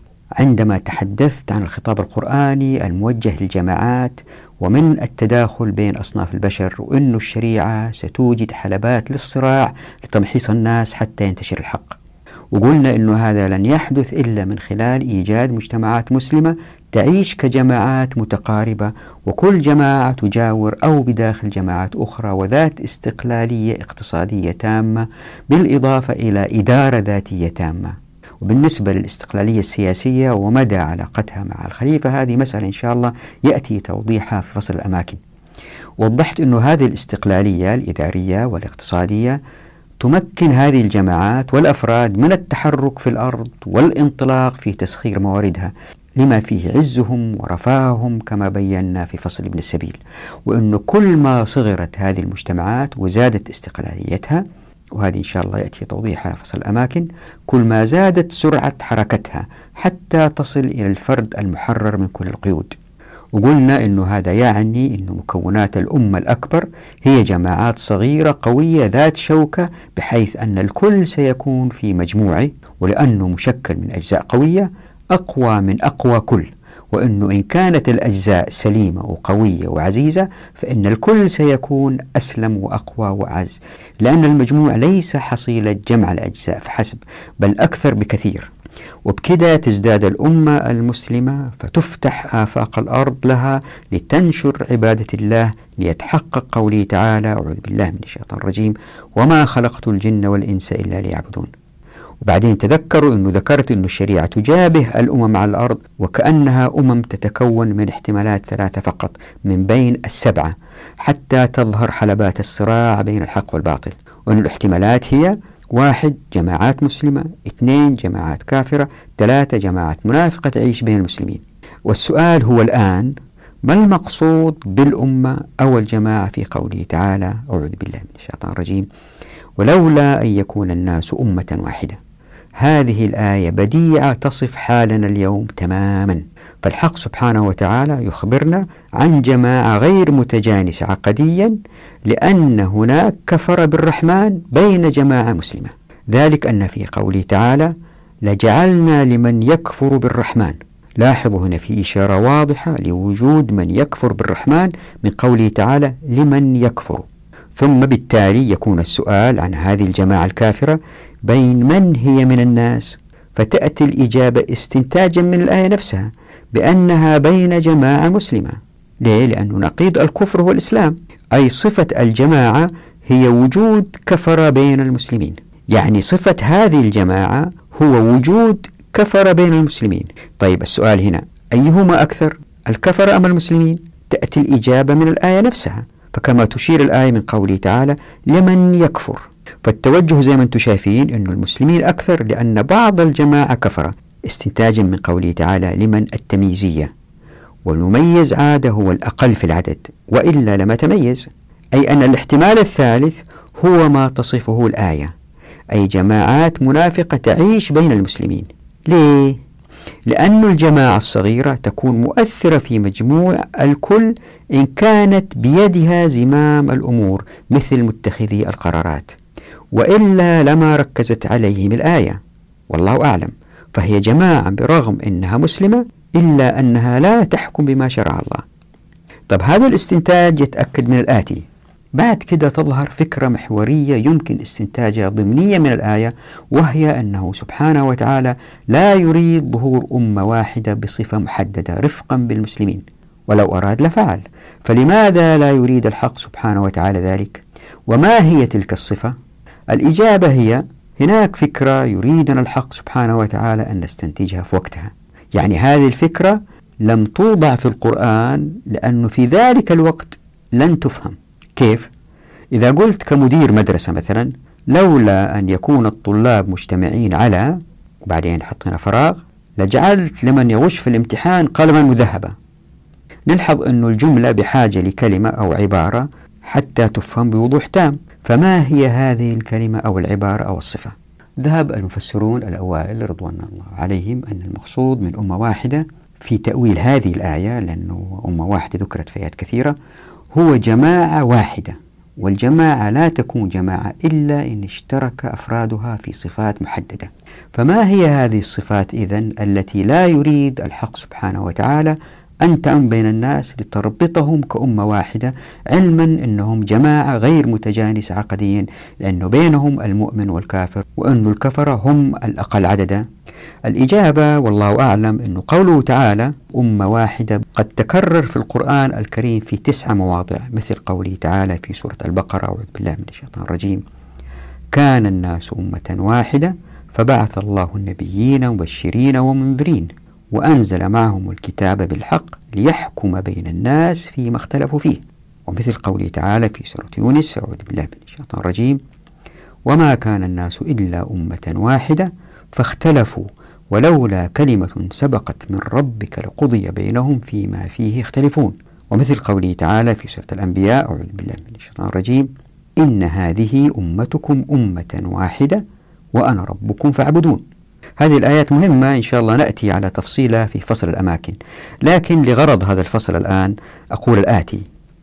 عندما تحدثت عن الخطاب القرآني الموجه للجماعات ومن التداخل بين أصناف البشر، وأن الشريعة ستوجد حلبات للصراع لتمحيص الناس حتى ينتشر الحق. وقلنا أنه هذا لن يحدث إلا من خلال إيجاد مجتمعات مسلمة تعيش كجماعات متقاربة، وكل جماعة تجاور أو بداخل جماعات أخرى، وذات استقلالية اقتصادية تامة بالإضافة إلى إدارة ذاتية تامة. وبالنسبة للاستقلالية السياسية ومدى علاقتها مع الخليفة، هذه مسألة إن شاء الله يأتي توضيحها في فصل الأماكن. وضحت أنه هذه الاستقلالية الإدارية والاقتصادية تمكن هذه الجماعات والأفراد من التحرك في الأرض والانطلاق في تسخير مواردها لما فيه عزهم ورفاههم كما بينا في فصل ابن السبيل. وأنه كل ما صغرت هذه المجتمعات وزادت استقلاليتها، وهذه إن شاء الله يأتي توضيحها في فصل الأماكن، كل ما زادت سرعة حركتها حتى تصل إلى الفرد المحرر من كل القيود. وقلنا أنه هذا يعني أن مكونات الأمة الأكبر هي جماعات صغيرة قوية ذات شوكة، بحيث أن الكل سيكون في مجموعة، ولأنه مشكل من أجزاء قوية أقوى من أقوى كل، وأنه إن كانت الأجزاء سليمة وقوية وعزيزة فإن الكل سيكون أسلم وأقوى وأعز، لأن المجموع ليس حصيلة جمع الأجزاء فحسب، بل أكثر بكثير. وبكذا تزداد الأمة المسلمة فتفتح آفاق الأرض لها لتنشر عبادة الله، ليتحقق قوله تعالى: أعوذ بالله من الشيطان الرجيم: وما خلقت الجن والإنس إلا ليعبدون. وبعدين تذكروا أنه ذكرت أن الشريعة تجابه الأمم على الأرض وكأنها أمم تتكون من احتمالات ثلاثة فقط من بين السبعة حتى تظهر حلبات الصراع بين الحق والباطل. وأن الاحتمالات هي: واحد، جماعات مسلمة; اثنين، جماعات كافرة; ثلاثة، جماعات منافقة تعيش بين المسلمين. والسؤال هو الآن: ما المقصود بالأمة أو الجماعة في قوله تعالى: أعوذ بالله من الشيطان الرجيم: ولولا أن يكون الناس أمة واحدة. هذه الآية بديعة تصف حالنا اليوم تماما. فالحق سبحانه وتعالى يخبرنا عن جماعة غير متجانسة عقديا، لأن هناك كفر بالرحمن بين جماعة مسلمة. ذلك أن في قوله تعالى: لجعلنا لمن يكفر بالرحمن. لاحظوا هنا في إشارة واضحة لوجود من يكفر بالرحمن من قوله تعالى: لمن يكفر. ثم بالتالي يكون السؤال عن هذه الجماعة الكافرة بين من هي من الناس، فتأتي الإجابة استنتاجا من الآية نفسها بأنها بين جماعة مسلمة. ليه؟ لأنه نقيض الكفر هو الإسلام، أي صفة الجماعة هي وجود كفر بين المسلمين، يعني صفة هذه الجماعة هو وجود كفر بين المسلمين. طيب السؤال هنا: أيهما أكثر؟ الكفر أم المسلمين؟ تأتي الإجابة من الآية نفسها، فكما تشير الآية من قوله تعالى لمن يكفر، فالتوجه زي ما أنتم شايفين أن المسلمين أكثر لأن بعض الجماعة كفر، استنتاجا من قوله تعالى لمن التمييزية، والمميز عادة هو الأقل في العدد وإلا لما تميز، أي أن الاحتمال الثالث هو ما تصفه الآية، أي جماعات منافقة تعيش بين المسلمين. ليه؟ لأن الجماعة الصغيرة تكون مؤثرة في مجموع الكل إن كانت بيدها زمام الأمور مثل متخذي القرارات، وإلا لما ركزت عليهم الآية، والله أعلم. فهي جماعة برغم أنها مسلمة إلا أنها لا تحكم بما شرع الله. طب هذا الاستنتاج يتأكد من الآتي: بعد كده تظهر فكرة محورية يمكن استنتاجها ضمنية من الآية، وهي أنه سبحانه وتعالى لا يريد ظهور أمة واحدة بصفة محددة رفقا بالمسلمين، ولو أراد لفعل، فلماذا لا يريد الحق سبحانه وتعالى ذلك؟ وما هي تلك الصفة؟ الإجابة هي هناك فكرة يريدنا الحق سبحانه وتعالى أن نستنتجها في وقتها، يعني هذه الفكرة لم توضع في القرآن لأنه في ذلك الوقت لن تفهم. كيف؟ إذا قلت كمدير مدرسة مثلا لولا أن يكون الطلاب مجتمعين على، وبعدين حطينا فراغ، لجعلت لمن يغش في الامتحان قلما مذهبا، نلحظ أن الجملة بحاجة لكلمة أو عبارة حتى تفهم بوضوح تام. فما هي هذه الكلمة أو العبارة أو الصفة؟ ذهب المفسرون الأوائل رضوان الله عليهم أن المقصود من أمة واحدة في تأويل هذه الآية، لأنه أمة واحدة ذكرت في آيات كثيرة، هو جماعة واحدة، والجماعة لا تكون جماعة إلا إن اشترك أفرادها في صفات محددة. فما هي هذه الصفات إذن التي لا يريد الحق سبحانه وتعالى أن تعم بين الناس لتربطهم كأمة واحدة، علما أنهم جماعة غير متجانسة عقديا، لأنه بينهم المؤمن والكافر، وأن الكفر هم الأقل عددا؟ الإجابة والله أعلم أن قوله تعالى أمة واحدة قد تكرر في القرآن الكريم في تسع مواضع، مثل قوله تعالى في سورة البقرة: أعوذ بالله من الشيطان الرجيم، كان الناس أمة واحدة فبعث الله النبيين مبشرين ومنذرين وأنزل معهم الكتاب بالحق ليحكم بين الناس فيما اختلفوا فيه. ومثل قوله تعالى في سورة يونس: أعوذ بالله من الشيطان الرجيم، وما كان الناس إلا أمة واحدة فاختلفوا ولولا كلمة سبقت من ربك لقضي بينهم فيما فيه يختلفون. ومثل قوله تعالى في سورة الأنبياء: أعوذ بالله من الشيطان الرجيم، إن هذه أمتكم أمة واحدة وأنا ربكم فاعبدون. هذه الآيات مهمة إن شاء الله نأتي على تفصيلها في فصل الأماكن، لكن لغرض هذا الفصل الآن أقول الآتي: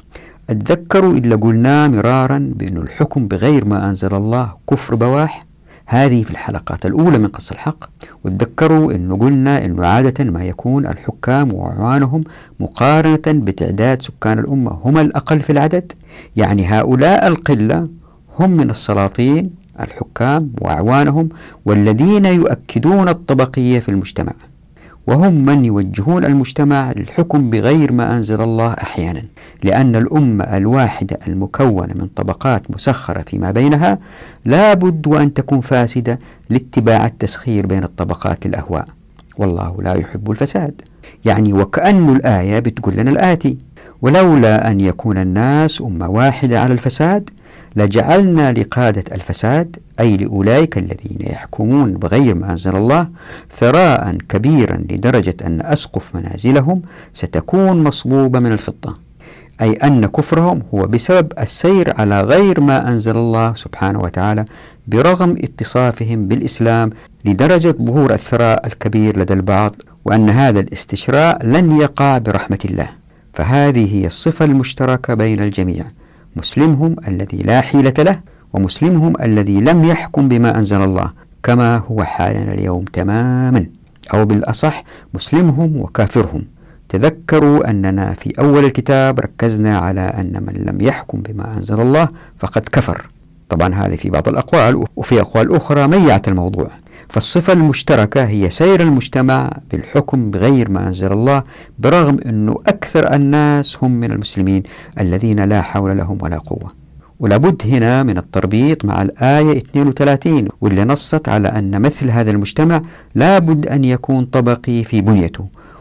اتذكروا إلا قلنا مرارا بأن الحكم بغير ما أنزل الله كفر بواح، هذه في الحلقات الأولى من قصة الحق. وتذكروا أنه قلنا أنه عادة ما يكون الحكام وأعوانهم مقارنة بتعداد سكان الأمة هم الأقل في العدد، يعني هؤلاء القلة هم من السلاطين الحكام وأعوانهم والذين يؤكدون الطبقية في المجتمع، وهم من يوجهون المجتمع للحكم بغير ما أنزل الله أحيانا، لأن الأمة الواحدة المكونة من طبقات مسخرة فيما بينها لا بد وأن تكون فاسدة لاتباع التسخير بين الطبقات للأهواء، والله لا يحب الفساد. يعني وكأن الآية بتقول لنا الآتي: ولولا أن يكون الناس أمة واحدة على الفساد لجعلنا لقادة الفساد، أي لأولئك الذين يحكمون بغير ما أنزل الله، ثراء كبيرا لدرجة أن أسقف منازلهم ستكون مصبوبة من الفضة، أي أن كفرهم هو بسبب السير على غير ما أنزل الله سبحانه وتعالى برغم اتصافهم بالإسلام، لدرجة ظهور الثراء الكبير لدى البعض، وأن هذا الاستشراء لن يقع برحمة الله. فهذه هي الصفة المشتركة بين الجميع، مسلمهم الذي لا حيلة له ومسلمهم الذي لم يحكم بما أنزل الله، كما هو حالنا اليوم تماما، أو بالأصح مسلمهم وكافرهم. تذكروا أننا في أول الكتاب ركزنا على أن من لم يحكم بما أنزل الله فقد كفر، طبعا هذه في بعض الأقوال، وفي أقوال أخرى ميعت الموضوع. فالصفة المشتركة هي سير المجتمع بالحكم بغير ما أنزل الله، برغم أنه أكثر الناس هم من المسلمين الذين لا حول لهم ولا قوة. ولابد هنا من التربيط مع الآية اثنين وثلاثين واللي نصت على أن مثل هذا المجتمع لابد أن يكون طبقي في بنيته،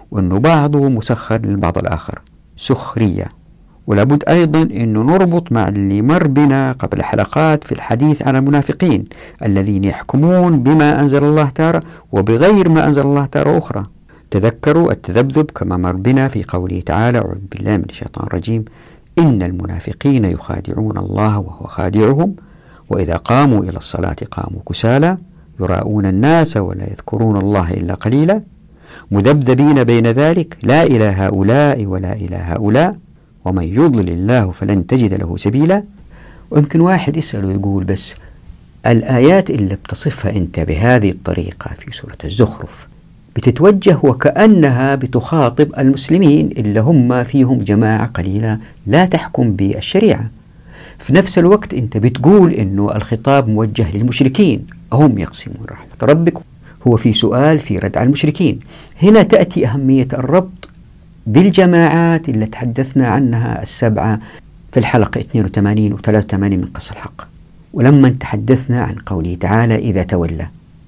وأنه بعضه مسخر للبعض الآخر، سخرية. ولابد أيضا أنه نربط مع اللي مر بنا قبل حلقات في الحديث عن المنافقين الذين يحكمون بما أنزل الله تارة وبغير ما أنزل الله تارة أخرى. تذكروا التذبذب كما مر بنا في قوله تعالى: أعوذ بالله من الشيطان الرجيم، إن المنافقين يخادعون الله وهو خادعهم وإذا قاموا إلى الصلاة قاموا كسالى يراءون الناس ولا يذكرون الله إلا قليلا مذبذبين بين ذلك لا إلى هؤلاء ولا إلى هؤلاء ومن يضلل الله فلن تجد له سبيلا. ويمكن واحد يسأل ويقول: بس الآيات اللي بتصفها أنت بهذه الطريقة في سورة الزخرف بتتوجه وكأنها بتخاطب المسلمين اللي هم فيهم جماعة قليلة لا تحكم بالشريعة، في نفس الوقت أنت بتقول أنه الخطاب موجه للمشركين، هم يقسمون رحمة ربك، هو في سؤال في رد على المشركين. هنا تأتي أهمية الربط بالجماعات اللي تحدثنا عنها السبعة في الحلقة اثنين وثمانين و ثلاثة وثمانين من قصة الحق، ولما تحدثنا عن قوله تعالى إذا تولى.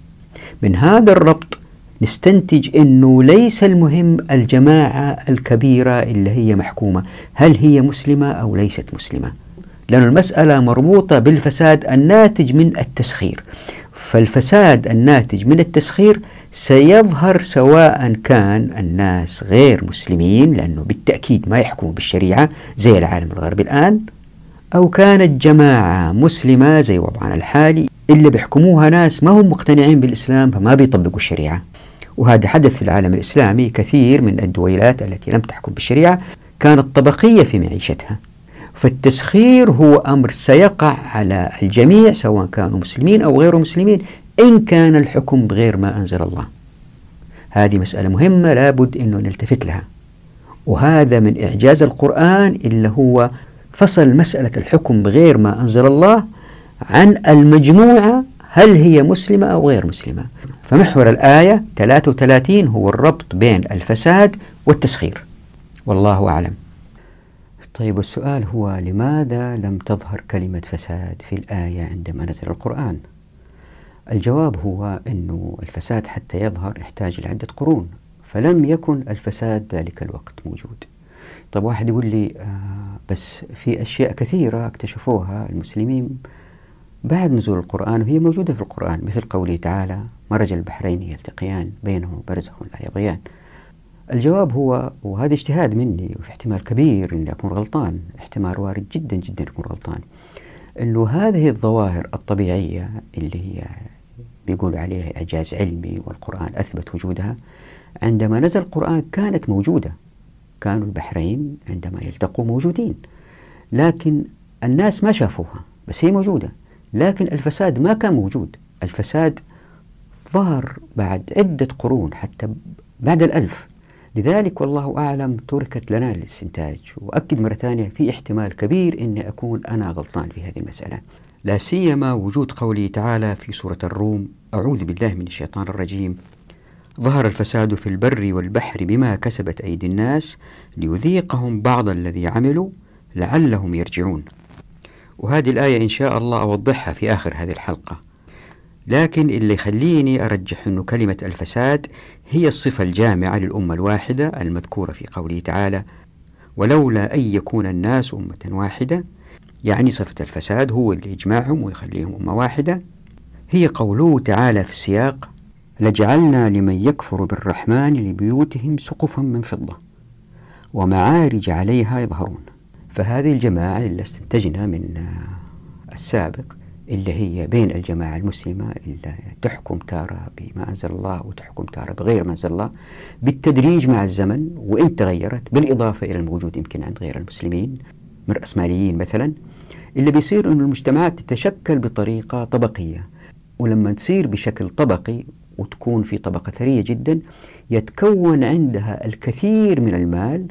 من هذا الربط نستنتج أنه ليس المهم الجماعة الكبيرة اللي هي محكومة هل هي مسلمة أو ليست مسلمة، لأن المسألة مربوطة بالفساد الناتج من التسخير. فالفساد الناتج من التسخير سيظهر سواء كان الناس غير مسلمين لأنه بالتأكيد ما يحكموا بالشريعة زي العالم الغربي الآن، أو كانت جماعة مسلمة زي وضعنا الحالي اللي بيحكموها ناس ما هم مقتنعين بالإسلام فما بيطبقوا الشريعة. وهذا حدث في العالم الإسلامي. كثير من الدويلات التي لم تحكم بالشريعة كانت طبقية في معيشتها. فالتسخير هو أمر سيقع على الجميع سواء كانوا مسلمين أو غير مسلمين إن كان الحكم بغير ما أنزل الله. هذه مسألة مهمة لابد أنه نلتفت لها، وهذا من إعجاز القرآن اللي هو فصل مسألة الحكم بغير ما أنزل الله عن المجموعة هل هي مسلمة أو غير مسلمة. فمحور الآية ثلاثة وثلاثين هو الربط بين الفساد والتسخير، والله أعلم. طيب السؤال هو: لماذا لم تظهر كلمة فساد في الآية عندما نزل القرآن؟ الجواب هو أنه الفساد حتى يظهر يحتاج لعدة قرون، فلم يكن الفساد ذلك الوقت موجود. طيب واحد يقول لي آه بس في أشياء كثيرة اكتشفوها المسلمين بعد نزول القرآن وهي موجودة في القرآن، مثل قوله تعالى: مرج البحرين يلتقيان بينهما برزخ لا يبغيان. الجواب هو، وهذا اجتهاد مني وفي احتمال كبير أني أكون غلطان، احتمال وارد جدا جدا أكون غلطان، أنه هذه الظواهر الطبيعية اللي هي بيقولوا عليها إعجاز علمي والقرآن أثبت وجودها، عندما نزل القرآن كانت موجودة. كانوا البحرين عندما يلتقوا موجودين، لكن الناس ما شافوها، بس هي موجودة. لكن الفساد ما كان موجود، الفساد ظهر بعد عدة قرون حتى بعد الألف. لذلك والله أعلم تركت لنا الاستنتاج. وأكد مرة ثانية في احتمال كبير أني أكون أنا غلطان في هذه المسألة، لا سيما وجود قوله تعالى في سورة الروم: أعوذ بالله من الشيطان الرجيم، ظهر الفساد في البر والبحر بما كسبت أيدي الناس ليذيقهم بعض الذي عملوا لعلهم يرجعون. وهذه الآية إن شاء الله أوضحها في آخر هذه الحلقة، لكن اللي يخليني أرجح أن كلمة الفساد هي الصفة الجامعة للأمة الواحدة المذكورة في قوله تعالى: ولولا أن يكون الناس أمة واحدة، يعني صفة الفساد هو اللي يجمعهم ويخليهم أمة واحدة. هي قوله تعالى في السياق: لجعلنا لمن يكفر بالرحمن لبيوتهم سقفا من فضة ومعارج عليها يظهرون. فهذه الجماعة اللي استنتجنا من السابق اللي هي بين الجماعة المسلمة اللي تحكم تارة بما أنزل الله وتحكم تارة بغير ما أنزل الله بالتدريج مع الزمن، وإن تغيرت بالإضافة إلى الموجود يمكن عند غير المسلمين من رأسماليين مثلا، اللي بيصير أن المجتمعات تتشكل بطريقة طبقية. ولما تصير بشكل طبقي وتكون في طبقة ثرية جدا يتكون عندها الكثير من المال،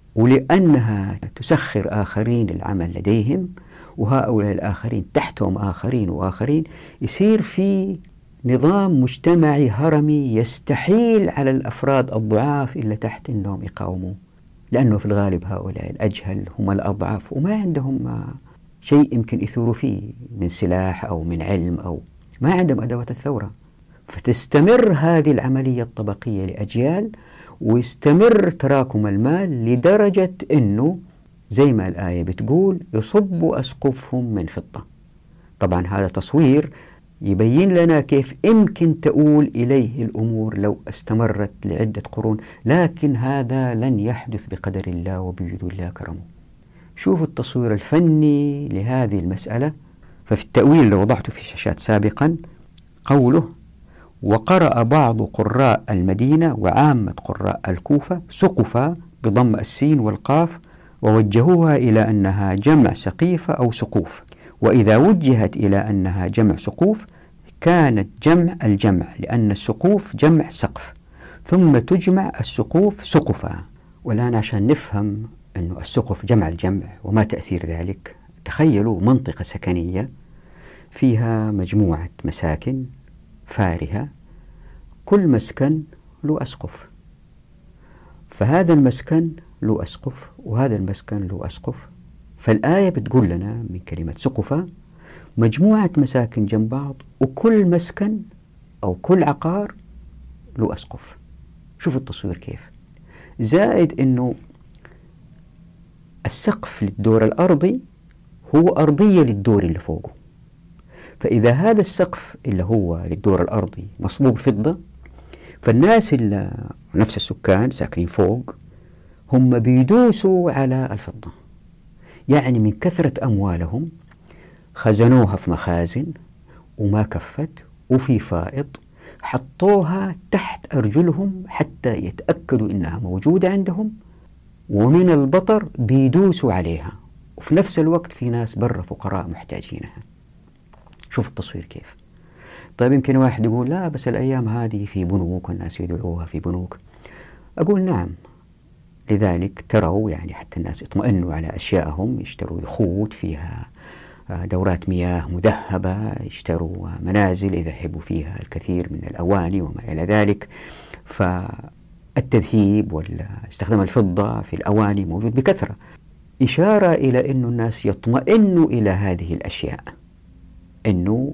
ولأنها تسخر آخرين للعمل لديهم وهؤلاء الآخرين تحتهم آخرين وآخرين، يصير في نظام مجتمعي هرمي يستحيل على الأفراد الضعاف اللي تحت أنهم يقاوموا، لأنه في الغالب هؤلاء الأجهل هم الأضعف وما عندهم شيء يمكن يثوروا فيه من سلاح أو من علم أو ما عندهم أدوات الثورة. فتستمر هذه العملية الطبقية لأجيال، ويستمر تراكم المال لدرجة أنه زي ما الآية بتقول يصب أسقفهم من فضة. طبعا هذا تصوير يبين لنا كيف يمكن تؤول إليه الأمور لو استمرت لعدة قرون، لكن هذا لن يحدث بقدر الله وبيد الله كرمه. شوفوا التصوير الفني لهذه المسألة. ففي التأويل اللي وضعته في الشاشات سابقا قوله: وقرأ بعض قراء المدينة وعامة قراء الكوفة سقفا بضم السين والقاف، ووجهوها إلى أنها جمع سقيفة أو سقوف، وإذا وجهت إلى أنها جمع سقوف كانت جمع الجمع، لأن السقوف جمع سقف، ثم تجمع السقوف سقفا. والآن عشان نفهم أن السقف جمع الجمع وما تأثير ذلك، تخيلوا منطقة سكنية فيها مجموعة مساكن فارهة، كل مسكن له أسقف، فهذا المسكن له أسقف وهذا المسكن له أسقف. فالآية بتقول لنا من كلمة سقفة مجموعة مساكن جنب بعض، وكل مسكن أو كل عقار له أسقف. شوف التصوير كيف. زائد أنه السقف للدور الأرضي هو أرضية للدور اللي فوقه، فإذا هذا السقف اللي هو للدور الأرضي مصبوب فضة، فالناس اللي نفس السكان ساكنين فوق هم بيدوسوا على الفضة، يعني من كثرة أموالهم خزنوها في مخازن وما كفت وفي فائض، حطوها تحت أرجلهم حتى يتأكدوا إنها موجودة عندهم، ومن البطر بيدوسوا عليها، وفي نفس الوقت في ناس برا فقراء محتاجينها. شوف التصوير كيف. طيب يمكن واحد يقول لا بس الأيام هذه في بنوك والناس يدعوها في بنوك. أقول نعم، لذلك تروا يعني حتى الناس يطمئنوا على أشيائهم، يشتروا يخوت فيها دورات مياه مذهبة، يشتروا منازل يذهبوا فيها الكثير من الأواني وما إلى ذلك. فالتذهيب واستخدام الفضة في الأواني موجود بكثرة، إشارة إلى أن الناس يطمئنوا إلى هذه الأشياء، أنه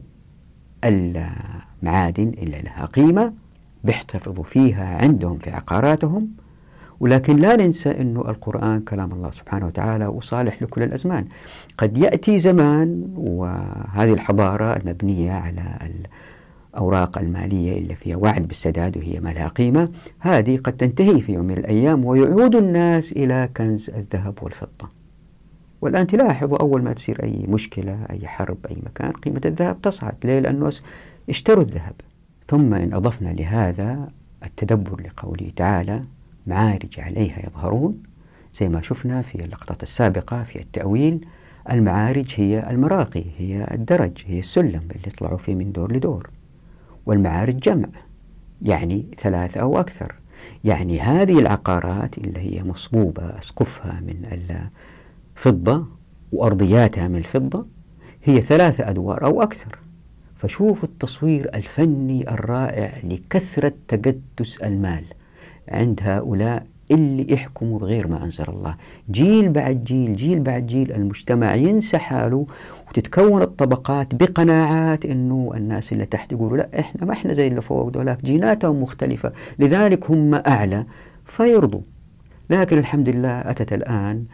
المعادن اللي لها قيمة بيحتفظوا فيها عندهم في عقاراتهم. ولكن لا ننسى أنه القرآن كلام الله سبحانه وتعالى وصالح لكل الأزمان. قد يأتي زمان وهذه الحضارة المبنية على الأوراق المالية اللي فيها وعد بالسداد وهي ما لها قيمة، هذه قد تنتهي في يوم من الأيام ويعود الناس إلى كنز الذهب والفضة. والآن تلاحظوا أول ما تصير أي مشكلة أي حرب أي مكان قيمة الذهب تصعد. ليه؟ لأن الناس اشتروا الذهب. ثم إن أضفنا لهذا التدبر لقوله تعالى معارج عليها يظهرون، زي ما شفنا في اللقطات السابقة في التأويل، المعارج هي المراقي، هي الدرج، هي السلم اللي يطلعوا فيه من دور لدور. والمعارج جمع يعني ثلاثة أو أكثر، يعني هذه العقارات اللي هي مصبوبة أسقفها من الفضة وأرضياتها من الفضة هي ثلاثة أدوار أو أكثر. فشوف التصوير الفني الرائع لكثرة تقدس المال عند هؤلاء اللي يحكموا بغير ما أنزل الله. جيل بعد جيل جيل بعد جيل المجتمع ينسى حاله، وتتكون الطبقات بقناعات إنه الناس اللي تحت يقولوا لا إحنا ما إحنا زي اللي فوق، دولاب جيناتهم مختلفة لذلك هم أعلى، فيرضوا. لكن الحمد لله أتت الآن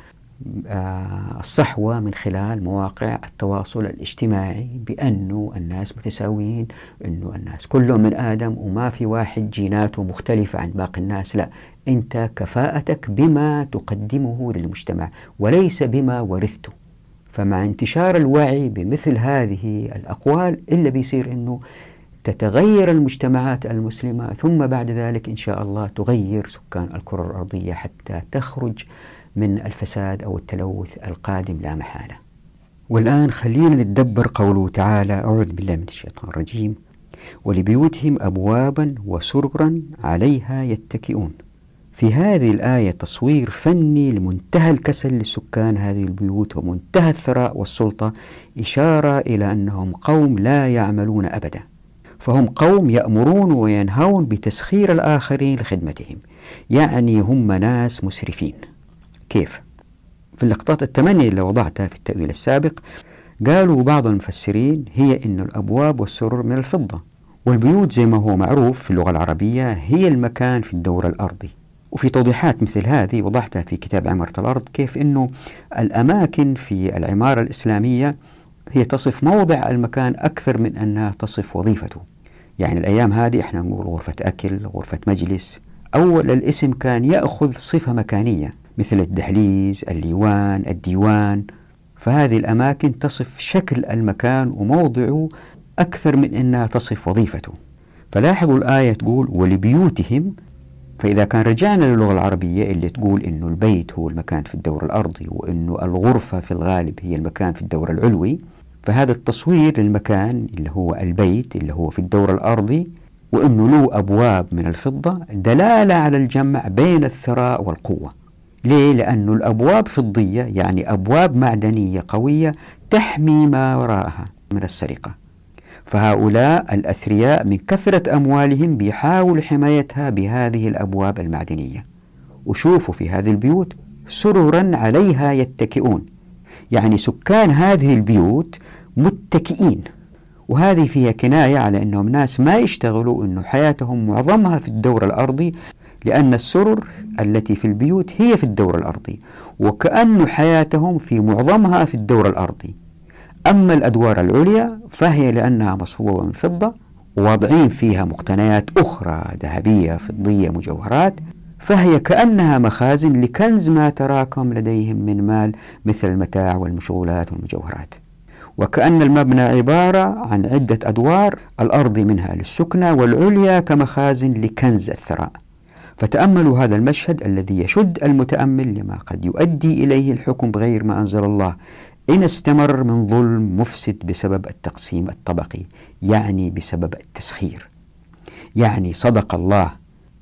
آه الصحوة من خلال مواقع التواصل الاجتماعي بأنه الناس متساويين، أنه الناس كلهم من آدم وما في واحد جيناته مختلفة عن باقي الناس. لا، أنت كفاءتك بما تقدمه للمجتمع وليس بما ورثته. فمع انتشار الوعي بمثل هذه الأقوال إلا بيصير أنه تتغير المجتمعات المسلمة، ثم بعد ذلك إن شاء الله تغير سكان الكرة الأرضية حتى تخرج من الفساد أو التلوث القادم لا محالة. والآن خلينا نتدبر قوله تعالى: أعوذ بالله من الشيطان الرجيم: ولبيوتهم أبوابا وسررا عليها يتكئون. في هذه الآية تصوير فني لمنتهى الكسل لسكان هذه البيوت ومنتهى الثراء والسلطة، إشارة إلى أنهم قوم لا يعملون أبدا، فهم قوم يأمرون وينهون بتسخير الآخرين لخدمتهم، يعني هم ناس مسرفين. كيف؟ في اللقطات الثمانية اللي وضعتها في التأويل السابق قالوا بعض المفسرين هي إن الأبواب والسرر من الفضة، والبيوت زي ما هو معروف في اللغة العربية هي المكان في الدور الأرضي، وفي توضيحات مثل هذه وضحتها في كتاب عمارة الأرض، كيف أنه الأماكن في العمارة الإسلامية هي تصف موضع المكان أكثر من أنها تصف وظيفته. يعني الأيام هذه إحنا نقول غرفة أكل، غرفة مجلس. أول الاسم كان يأخذ صفة مكانية مثل الدهليز، الليوان، الديوان. فهذه الأماكن تصف شكل المكان وموضعه أكثر من أنها تصف وظيفته. فلاحظوا الآية تقول ولبيوتهم. فإذا كان رجعنا للغة العربية اللي تقول إنه البيت هو المكان في الدور الأرضي وإنه الغرفة في الغالب هي المكان في الدور العلوي، فهذا التصوير للمكان اللي هو البيت اللي هو في الدور الأرضي وإنه له أبواب من الفضة دلالة على الجمع بين الثراء والقوة. ليه؟ لأنه الأبواب فضية، يعني أبواب معدنية قوية تحمي ما وراءها من السرقة. فهؤلاء الأثرياء من كثرة أموالهم بيحاولوا حمايتها بهذه الأبواب المعدنية. وشوفوا في هذه البيوت سررا عليها يتكئون، يعني سكان هذه البيوت متكئين. وهذه فيها كناية على أنهم ناس ما يشتغلوا، أنه حياتهم معظمها في الدور الأرضي، لأن السرر التي في البيوت هي في الدور الأرضي، وكأن حياتهم في معظمها في الدور الأرضي. أما الأدوار العليا فهي لأنها مصفوفة من فضة وواضعين فيها مقتنيات أخرى ذهبية فضية مجوهرات، فهي كأنها مخازن لكنز ما تراكم لديهم من مال مثل المتاع والمشغولات والمجوهرات. وكأن المبنى عبارة عن عدة أدوار، الأرض منها للسكنى والعليا كمخازن لكنز الثراء. فتأملوا هذا المشهد الذي يشد المتأمل لما قد يؤدي إليه الحكم بغير ما أنزل الله إن استمر من ظلم مفسد بسبب التقسيم الطبقي، يعني بسبب التسخير. يعني صدق الله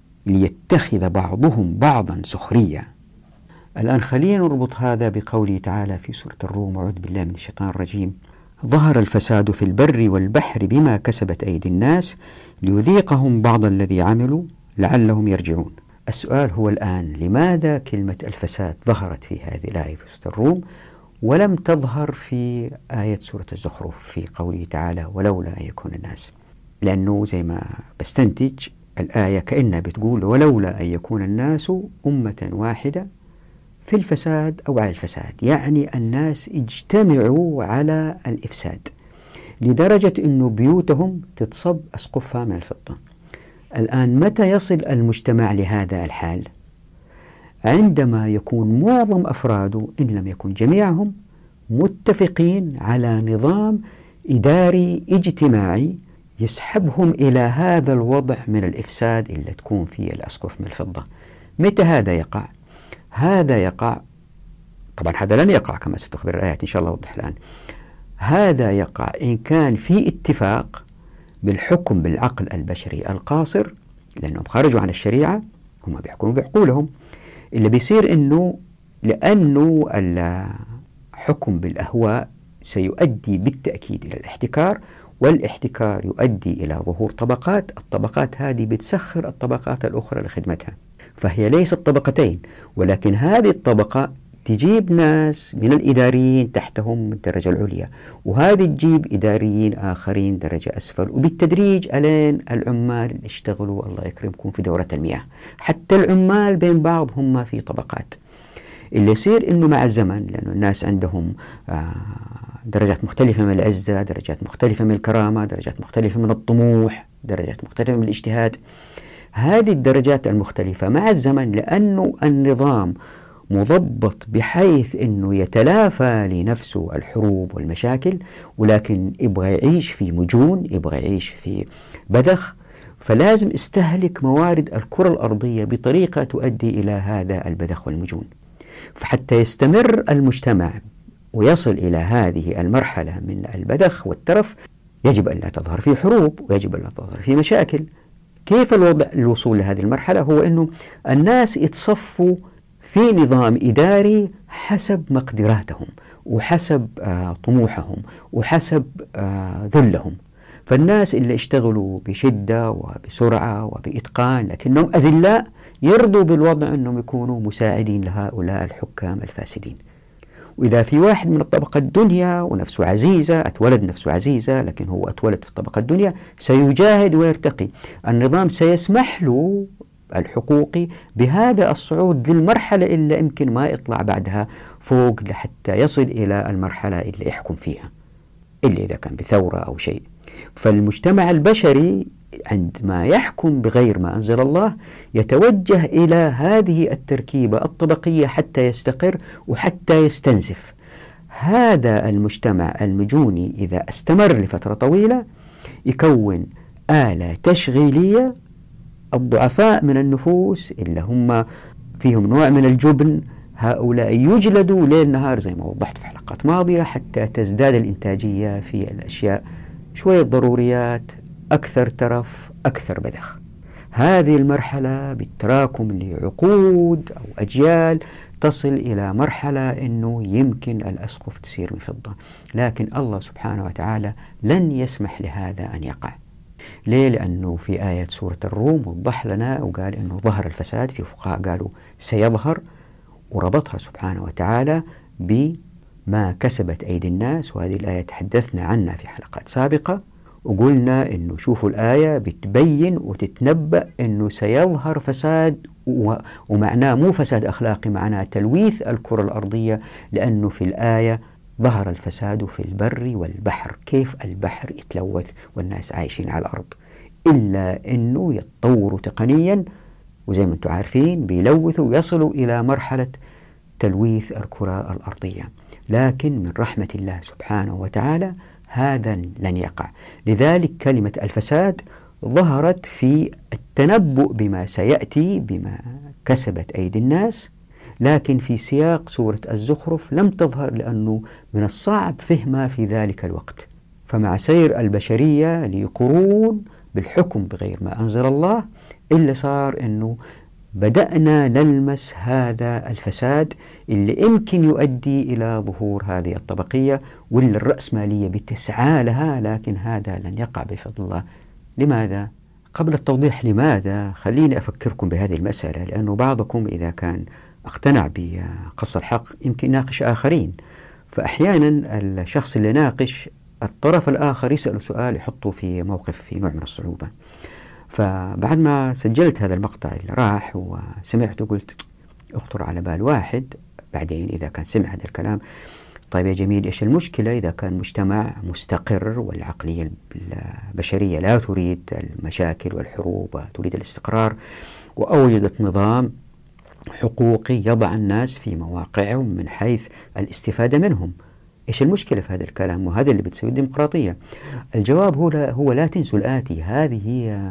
ليتخذ بعضهم بعضا سخريا. الآن خلينا نربط هذا بقوله تعالى في سورة الروم: أعوذ بالله من الشيطان الرجيم: ظهر الفساد في البر والبحر بما كسبت أيدي الناس ليذيقهم بعض الذي عملوا لعلهم يرجعون. السؤال هو الآن لماذا كلمة الفساد ظهرت في هذه الآية في سورة الروم ولم تظهر في آية سورة الزخرف في قوله تعالى ولولا أن يكون الناس؟ لأنه زي ما بستنتج الآية كأنها بتقول ولولا أن يكون الناس أمة واحدة في الفساد أو على الفساد، يعني الناس اجتمعوا على الإفساد لدرجة أنه بيوتهم تتصب أسقفها من الفضة. الآن متى يصل المجتمع لهذا الحال؟ عندما يكون معظم أفراده إن لم يكن جميعهم متفقين على نظام إداري اجتماعي يسحبهم إلى هذا الوضع من الإفساد اللي تكون فيه الأسقف من الفضة. متى هذا يقع؟ هذا يقع، طبعا هذا لن يقع كما ستخبر الآيات إن شاء الله أوضح الآن. هذا يقع إن كان في اتفاق بالحكم بالعقل البشري القاصر، لأنهم خرجوا عن الشريعة، هم بيحكموا بعقولهم. اللي بيصير إنه لأنه الحكم بالأهواء سيؤدي بالتأكيد إلى الاحتكار، والاحتكار يؤدي إلى ظهور طبقات، الطبقات هذه بتسخر الطبقات الأخرى لخدمتها. فهي ليست طبقتين، ولكن هذه الطبقة تجيب ناس من الإداريين تحتهم الدرجة العليا، وهذه تجيب إداريين آخرين درجة أسفل، وبالتدريج ألين العمال اللي اشتغلوا الله يكرمكم في دورة المياه. حتى العمال بين بعض هم في طبقات. اللي يصير إنه مع الزمن، لأنه الناس عندهم آه درجات مختلفة من العزة، درجات مختلفة من الكرامة، درجات مختلفة من الطموح، درجات مختلفة من الاجتهاد. هذه الدرجات المختلفة مع الزمن، لأنه النظام مضبط بحيث أنه يتلافى لنفسه الحروب والمشاكل، ولكن يبغى يعيش في مجون، يبغى يعيش في بذخ، فلازم استهلك موارد الكرة الأرضية بطريقة تؤدي إلى هذا البذخ والمجون. فحتى يستمر المجتمع ويصل إلى هذه المرحلة من البذخ والترف، يجب أن لا تظهر فيه حروب، ويجب أن لا تظهر فيه مشاكل. كيف الوضع الوصول لهذه المرحلة؟ هو أنه الناس يتصفوا في نظام إداري حسب مقدراتهم وحسب آه طموحهم وحسب آه ذلهم. فالناس اللي اشتغلوا بشدة وبسرعة وبإتقان لكنهم أذلاء يرضوا بالوضع أنهم يكونوا مساعدين لهؤلاء الحكام الفاسدين. وإذا في واحد من الطبقة الدنيا ونفسه عزيزة، أتولد نفسه عزيزة لكن هو أتولد في الطبقة الدنيا، سيجاهد ويرتقي. النظام سيسمح له الحقوقي بهذا الصعود للمرحلة اللي يمكن ما يطلع بعدها فوق لحتى يصل إلى المرحلة اللي يحكم فيها، إلا إذا كان بثورة أو شيء. فالمجتمع البشري عندما يحكم بغير ما أنزل الله يتوجه إلى هذه التركيبة الطبقية حتى يستقر وحتى يستنزف. هذا المجتمع المجوني إذا استمر لفترة طويلة يكون آلة تشغيلية. الضعفاء من النفوس اللي هم فيهم نوع من الجبن هؤلاء يجلدوا ليل نهار زي ما وضحت في حلقات ماضية حتى تزداد الإنتاجية في الأشياء شوية ضروريات، أكثر ترف، أكثر بذخ. هذه المرحلة بالتراكم لعقود أو أجيال تصل إلى مرحلة أنه يمكن الأسقف تصير من فضة، لكن الله سبحانه وتعالى لن يسمح لهذا أن يقع. ليه؟ لأنه في آية سورة الروم وضح لنا وقال أنه ظهر الفساد، في فقهاء قالوا سيظهر، وربطها سبحانه وتعالى بما كسبت أيدي الناس، وهذه الآية تحدثنا عنها في حلقات سابقة وقلنا أنه شوفوا الآية بتبين وتتنبأ أنه سيظهر فساد، ومعناه مو فساد أخلاقي، معناه تلويث الكرة الأرضية، لأنه في الآية ظهر الفساد في البر والبحر. كيف البحر يتلوث والناس عايشين على الأرض؟ إلا أنه يتطوروا تقنيا وزي ما أنتم عارفين بيلوثوا ويصلوا إلى مرحلة تلويث الكرة الأرضية. لكن من رحمة الله سبحانه وتعالى هذا لن يقع. لذلك كلمة الفساد ظهرت في التنبؤ بما سيأتي بما كسبت أيدي الناس، لكن في سياق سورة الزخرف لم تظهر لأنه من الصعب فهمها في ذلك الوقت. فمع سير البشرية لقرون بالحكم بغير ما أنزل الله إلا صار أنه بدأنا نلمس هذا الفساد اللي يمكن يؤدي إلى ظهور هذه الطبقية واللي الرأسمالية بتسعى لها، لكن هذا لن يقع بفضل الله. لماذا؟ قبل التوضيح لماذا خليني أفكركم بهذه المسألة، لأنه بعضكم إذا كان اقتنع بقص الحق يمكن يناقش آخرين، فأحيانا الشخص اللي ناقش الطرف الآخر يسأل سؤال يحطه في موقف في نوع من الصعوبة. فبعد ما سجلت هذا المقطع اللي راح وسمعته قلت اخطر على بال واحد بعدين إذا كان سمع هذا الكلام، طيب يا جميل إيش المشكلة إذا كان مجتمع مستقر والعقلية البشرية لا تريد المشاكل والحروب وتريد الاستقرار، وأوجدت نظام حقوقي يضع الناس في مواقعهم من حيث الاستفادة منهم. إيش المشكلة في هذا الكلام؟ وهذا اللي بتسوي الديمقراطية. الجواب هو لا, هو لا تنسوا الآتي، هذه هي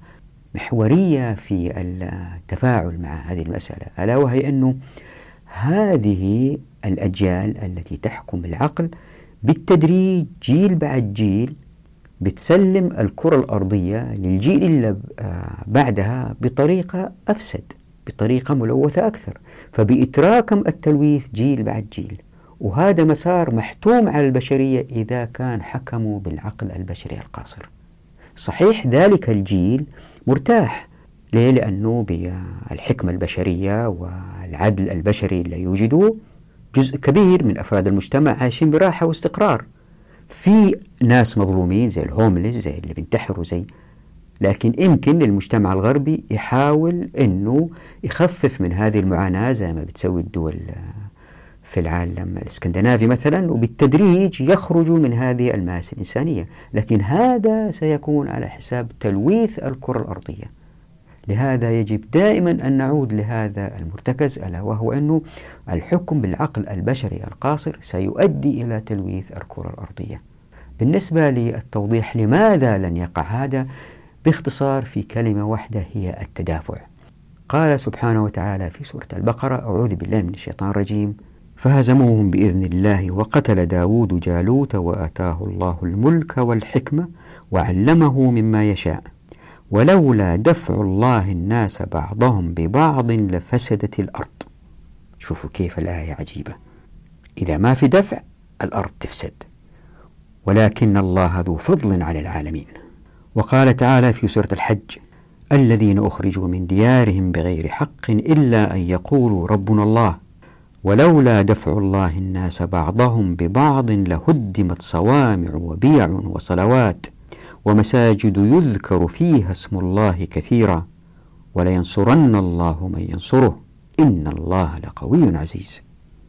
محورية في التفاعل مع هذه المسألة، ألا وهي أنه هذه الأجيال التي تحكم العقل بالتدريج جيل بعد جيل بتسلم الكرة الأرضية للجيل اللي بعدها بطريقة أفسد، بطريقة ملوثة أكثر، فبيتراكم التلويث جيل بعد جيل. وهذا مسار محتوم على البشرية إذا كان حكموا بالعقل البشري القاصر. صحيح ذلك الجيل مرتاح، ليه؟ لأنه بالحكمة البشرية والعدل البشري اللي يوجدوه جزء كبير من أفراد المجتمع عايشين براحة واستقرار. في ناس مظلومين زي الهوملس زي اللي بينتحروا زي، لكن يمكن للمجتمع الغربي يحاول أنه يخفف من هذه المعاناة زي ما بتسوي الدول في العالم الاسكندنافي مثلا، وبالتدريج يخرجوا من هذه المآسي الإنسانية، لكن هذا سيكون على حساب تلويث الكرة الأرضية. لهذا يجب دائما أن نعود لهذا المرتكز، ألا وهو أنه الحكم بالعقل البشري القاصر سيؤدي إلى تلويث الكرة الأرضية. بالنسبة للتوضيح لماذا لن يقع هذا باختصار في كلمة واحدة هي التدافع. قال سبحانه وتعالى في سورة البقرة: أعوذ بالله من الشيطان الرجيم: فهزموهم بإذن الله وقتل داود جالوت وآتاه الله الملك والحكمة وعلمه مما يشاء ولولا دفع الله الناس بعضهم ببعض لفسدت الأرض. شوفوا كيف الآية عجيبة، إذا ما في دفع الأرض تفسد، ولكن الله ذو فضل على العالمين. وقال تعالى في سورة الحج: الذين أخرجوا من ديارهم بغير حق إلا أن يقولوا ربنا الله ولولا دفع الله الناس بعضهم ببعض لهدمت صوامع وبيع وصلوات ومساجد يذكر فيها اسم الله كثيرا ولينصرن الله من ينصره إن الله لقوي عزيز.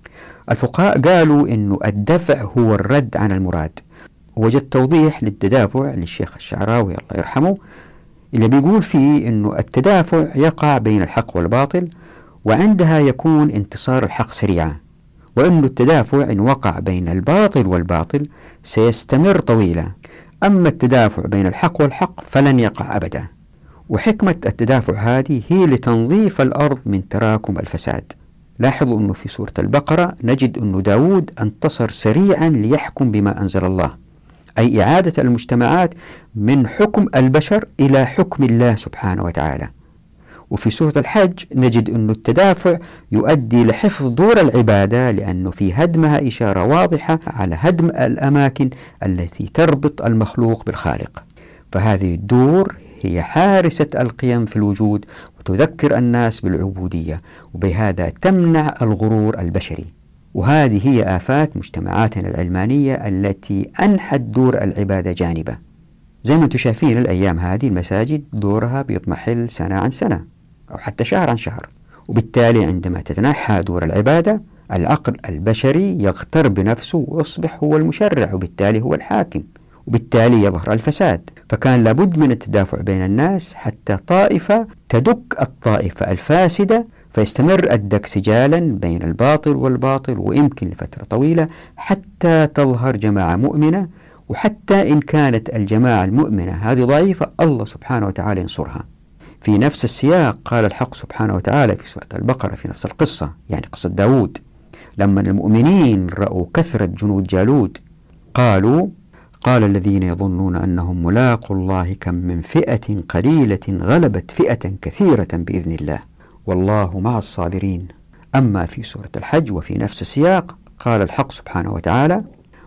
الفقهاء قالوا إنه الدفع هو الرد عن المراد. وجد توضيح للتدافع للشيخ الشعراوي الله يرحمه، اللي بيقول فيه إنه التدافع يقع بين الحق والباطل، وعندها يكون انتصار الحق سريعا، وإنه التدافع إن وقع بين الباطل والباطل سيستمر طويلا، أما التدافع بين الحق والحق فلن يقع أبدا. وحكمة التدافع هذه هي لتنظيف الأرض من تراكم الفساد. لاحظوا أنه في سورة البقرة نجد أن داود انتصر سريعا ليحكم بما أنزل الله، أي إعادة المجتمعات من حكم البشر إلى حكم الله سبحانه وتعالى. وفي سورة الحج نجد أن التدافع يؤدي لحفظ دور العبادة، لأنه في هدمها إشارة واضحة على هدم الأماكن التي تربط المخلوق بالخالق. فهذه الدور هي حارسة القيم في الوجود، وتذكر الناس بالعبودية، وبهذا تمنع الغرور البشري. وهذه هي آفات مجتمعاتنا العلمانية التي أنحت دور العبادة جانبة. زي ما انتم شايفين الأيام هذه المساجد دورها بيضمحل سنة عن سنة أو حتى شهر عن شهر، وبالتالي عندما تتنحى دور العبادة العقل البشري يغتر بنفسه ويصبح هو المشرع، وبالتالي هو الحاكم، وبالتالي يظهر الفساد. فكان لابد من التدافع بين الناس حتى طائفة تدك الطائفة الفاسدة، فيستمر الدك سجالا بين الباطل والباطل، ويمكن لفترة طويلة حتى تظهر جماعة مؤمنة. وحتى إن كانت الجماعة المؤمنة هذه ضعيفة الله سبحانه وتعالى ينصرها. في نفس السياق قال الحق سبحانه وتعالى في سورة البقرة في نفس القصة، يعني قصة داود، لما المؤمنين رأوا كثرة جنود جالوت قالوا قال الذين يظنون أنهم ملاقوا الله كم من فئة قليلة غلبت فئة كثيرة بإذن الله والله مع الصابرين. أما في سورة الحج وفي نفس السياق قال الحق سبحانه وتعالى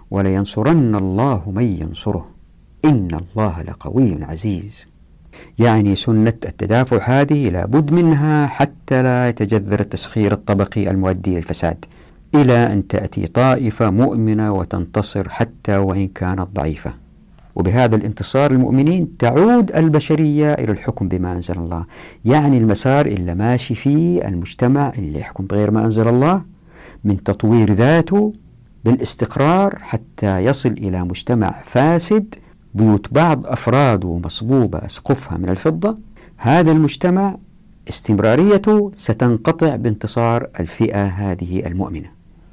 ولينصرن الله من ينصره إن الله لقوي عزيز. يعني سنة التدافع هذه لابد منها حتى لا يتجذر التسخير الطبقي المؤدي للفساد، إلى أن تأتي طائفة مؤمنة وتنتصر حتى وإن كانت ضعيفة. وبهذا الانتصار المؤمنين تعود البشرية إلى الحكم بما أنزل الله. يعني المسار اللي ماشي فيه المجتمع اللي يحكم بغير ما أنزل الله من تطوير ذاته بالاستقرار حتى يصل إلى مجتمع فاسد بيوت بعض أفراده مصبوبة أسقفها من الفضة، هذا المجتمع استمراريته ستنقطع بانتصار الفئة هذه المؤمنة.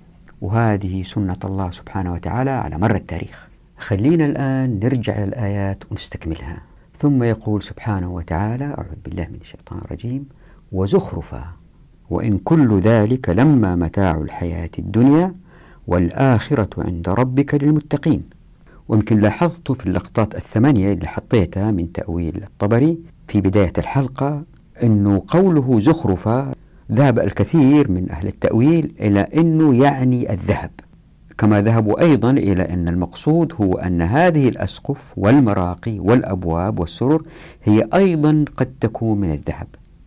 وهذه سنة الله سبحانه وتعالى على مر التاريخ. خلينا الآن نرجع للآيات ونستكملها. ثم يقول سبحانه وتعالى أعوذ بالله من الشيطان الرجيم وزخرفا وإن كل ذلك لما متاع الحياة الدنيا والآخرة عند ربك للمتقين. ويمكن لاحظت في اللقطات الثمانية اللي حطيتها من تأويل الطبري في بداية الحلقة أنه قوله زخرفا ذهب الكثير من أهل التأويل إلى أنه يعني الذهب، كما ذهبوا أيضا إلى أن المقصود هو أن هذه الأسقف والمراقي والأبواب والسرر هي أيضا قد تكون من الذهب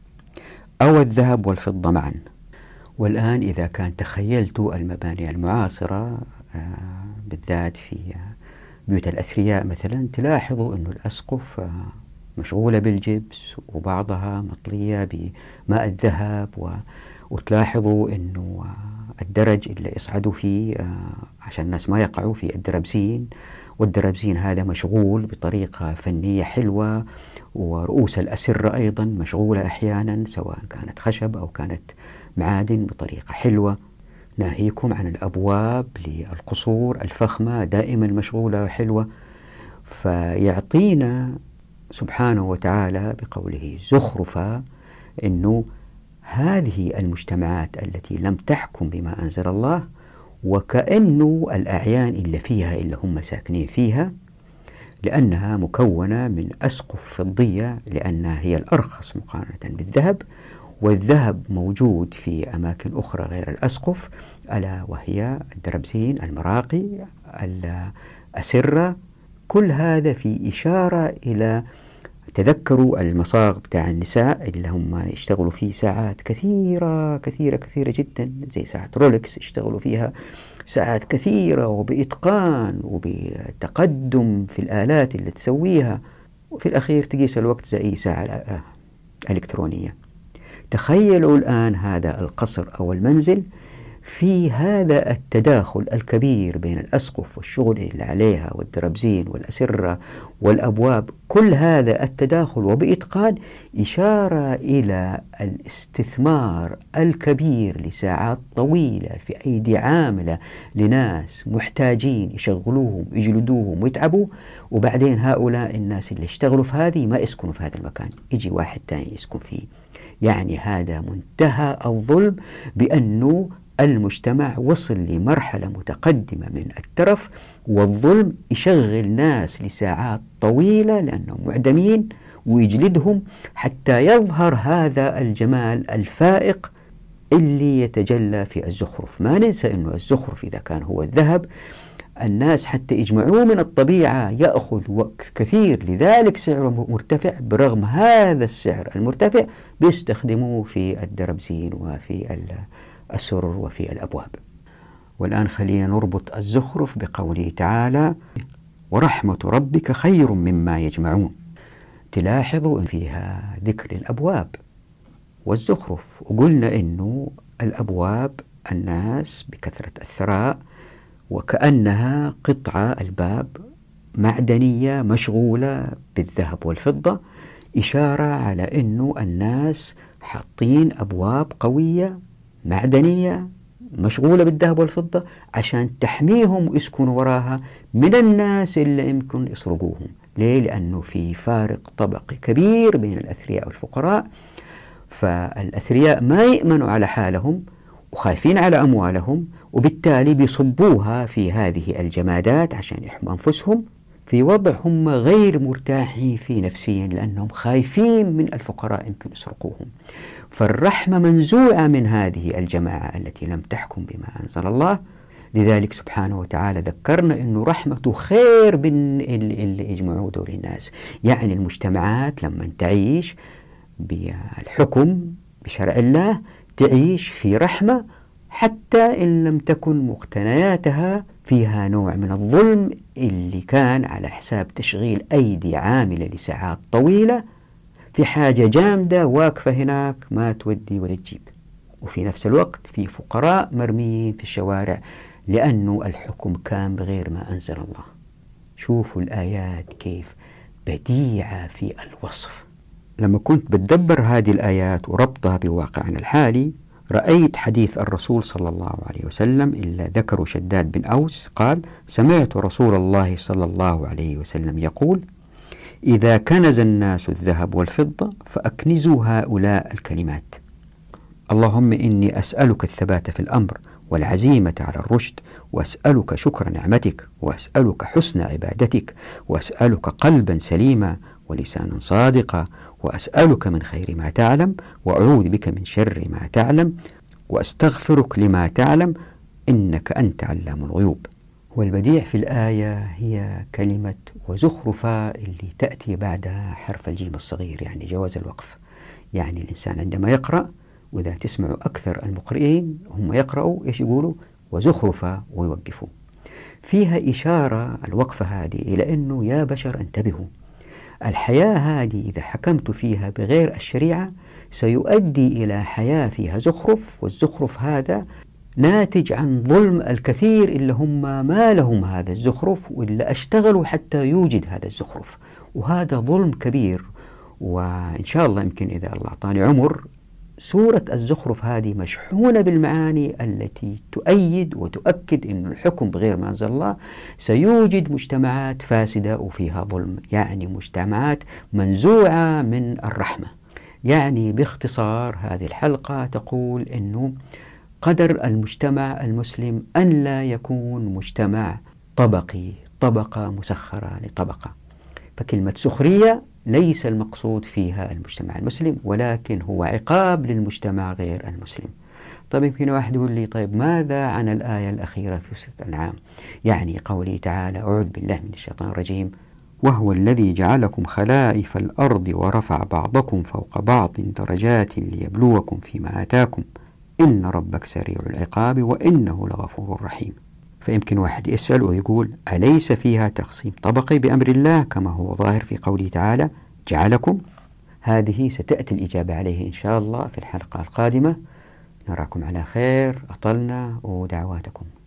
أو الذهب والفضة معا. والآن إذا كان تخيلت المباني المعاصرة بالذات في بيوت الأثرياء مثلا، تلاحظوا أن الأسقف مشغولة بالجبس وبعضها مطلية بماء الذهب، و... وتلاحظوا أنه الدرج اللي يصعدوا فيه عشان الناس ما يقعوا في الدربزين، والدربزين هذا مشغول بطريقة فنية حلوة، ورؤوس الأسرة أيضا مشغولة أحيانا سواء كانت خشب أو كانت معادن بطريقة حلوة. ناهيكم عن الأبواب للقصور الفخمة دائما مشغولة وحلوة. فيعطينا سبحانه وتعالى بقوله زخرفا أنه هذه المجتمعات التي لم تحكم بما أنزل الله، وكأنه الأعيان اللي فيها اللي هم ساكنين فيها، لأنها مكونة من أسقف فضية لأنها هي الأرخص مقارنة بالذهب، والذهب موجود في أماكن أخرى غير الأسقف، ألا وهي الدربزين، المراقي، الأسرة. كل هذا في إشارة إلى تذكروا المصاغ بتاع النساء اللي هم يشتغلوا فيه ساعات كثيرة كثيرة كثيرة جدا، زي ساعة رولكس يشتغلوا فيها ساعات كثيرة وبإتقان وبتقدم في الآلات اللي تسويها، وفي الأخير تقيس الوقت زي أي ساعة إلكترونية. تخيلوا الآن هذا القصر أو المنزل في هذا التداخل الكبير بين الأسقف والشغل اللي عليها والدرابزين والأسرة والأبواب، كل هذا التداخل وبإتقان إشارة إلى الاستثمار الكبير لساعات طويلة في أيدي عاملة لناس محتاجين يشغلوهم يجلدوهم ويتعبوا، وبعدين هؤلاء الناس اللي اشتغلوا في هذه ما يسكنوا في هذا المكان، يجي واحد تاني يسكن فيه. يعني هذا منتهى الظلم، بأنه المجتمع وصل لمرحلة متقدمة من الترف والظلم، يشغل ناس لساعات طويلة لأنهم معدمين ويجلدهم حتى يظهر هذا الجمال الفائق اللي يتجلى في الزخرف. ما ننسى أنه الزخرف إذا كان هو الذهب، الناس حتى يجمعوه من الطبيعة يأخذ وقت كثير، لذلك سعره مرتفع. برغم هذا السعر المرتفع بيستخدموه في الدربزين وفي السرر وفي الأبواب. والآن خلينا نربط الزخرف بقوله تعالى: ورحمة ربك خير مما يجمعون. تلاحظوا إن فيها ذكر الأبواب والزخرف، وقلنا إنه الأبواب الناس بكثرة الثراء وكأنها قطعة الباب معدنية مشغولة بالذهب والفضة، إشارة على أنه الناس حاطين أبواب قوية معدنية مشغولة بالذهب والفضة عشان تحميهم ويسكنوا وراها من الناس اللي يمكن يسرقوهم. ليه؟ لأنه في فارق طبقي كبير بين الأثرياء والفقراء، فالأثرياء ما يأمنوا على حالهم وخايفين على أموالهم، وبالتالي بيصبوها في هذه الجمادات عشان يحموا أنفسهم في وضع هم غير مرتاحين فيه نفسيا، لأنهم خايفين من الفقراء يمكن يسرقوهم. فالرحمة منزوعة من هذه الجماعة التي لم تحكم بما أنزل الله. لذلك سبحانه وتعالى ذكرنا أنه رحمته خير من اللي يجمعوا دول الناس. يعني المجتمعات لما تعيش بالحكم بشرع الله تعيش في رحمة، حتى إن لم تكن مقتنياتها فيها نوع من الظلم اللي كان على حساب تشغيل أيدي عاملة لساعات طويلة في حاجة جامدة واقفة هناك ما تودي ولا تجيب، وفي نفس الوقت في فقراء مرميين في الشوارع لأنه الحكم كان بغير ما أنزل الله. شوفوا الآيات كيف بديعة في الوصف. لما كنت بتدبر هذه الآيات وربطها بواقعنا الحالي، رأيت حديث الرسول صلى الله عليه وسلم إلا ذكر شداد بن أوس قال: سمعت رسول الله صلى الله عليه وسلم يقول: إذا كنز الناس الذهب والفضة فأكنزوا هؤلاء الكلمات: اللهم إني أسألك الثبات في الأمر والعزيمة على الرشد، وأسألك شكر نعمتك، وأسألك حسن عبادتك، وأسألك قلبا سليما ولسانا صادقا، وأسألك من خير ما تعلم، وأعوذ بك من شر ما تعلم، وأستغفرك لما تعلم، إنك أنت علام الغيوب. والبديع في الآية هي كلمة وزخرفة اللي تأتي بعدها حرف الجيم الصغير، يعني جواز الوقف. يعني الإنسان عندما يقرأ، وإذا تسمعوا أكثر المقرئين هم يقرأوا إيش يقولوا؟ وزخرفة، ويوقفوا. فيها إشارة الوقفة هذه إلى أنه يا بشر انتبهوا، الحياة هذه إذا حكمت فيها بغير الشريعة سيؤدي إلى حياة فيها زخرف، والزخرف هذا ناتج عن ظلم الكثير اللي هم ما لهم هذا الزخرف واللي اشتغلوا حتى يوجد هذا الزخرف، وهذا ظلم كبير. وإن شاء الله يمكن إذا الله أعطاني عمر سورة الزخرف هذه مشحونة بالمعاني التي تؤيد وتؤكد أن الحكم بغير ما أنزل الله سيوجد مجتمعات فاسدة وفيها ظلم، يعني مجتمعات منزوعة من الرحمة. يعني باختصار هذه الحلقة تقول أنه قدر المجتمع المسلم أن لا يكون مجتمع طبقي، طبقة مسخرة لطبقة. فكلمة سخرية ليس المقصود فيها المجتمع المسلم، ولكن هو عقاب للمجتمع غير المسلم. طيب يمكن واحد يقول لي طيب ماذا عن الآية الأخيرة في سورة الأنعام؟ يعني قوله تعالى: أعوذ بالله من الشيطان الرجيم: وهو الذي جعلكم خلائف الأرض ورفع بعضكم فوق بعض درجات ليبلوكم فيما آتاكم إن ربك سريع العقاب وإنه لغفور رحيم. فيمكن واحد يسأل ويقول: أليس فيها تقسيم طبقي بأمر الله كما هو ظاهر في قوله تعالى: جعلكم؟ هذه ستأتي الإجابة عليه إن شاء الله في الحلقة القادمة. نراكم على خير. أطلنا ودعواتكم.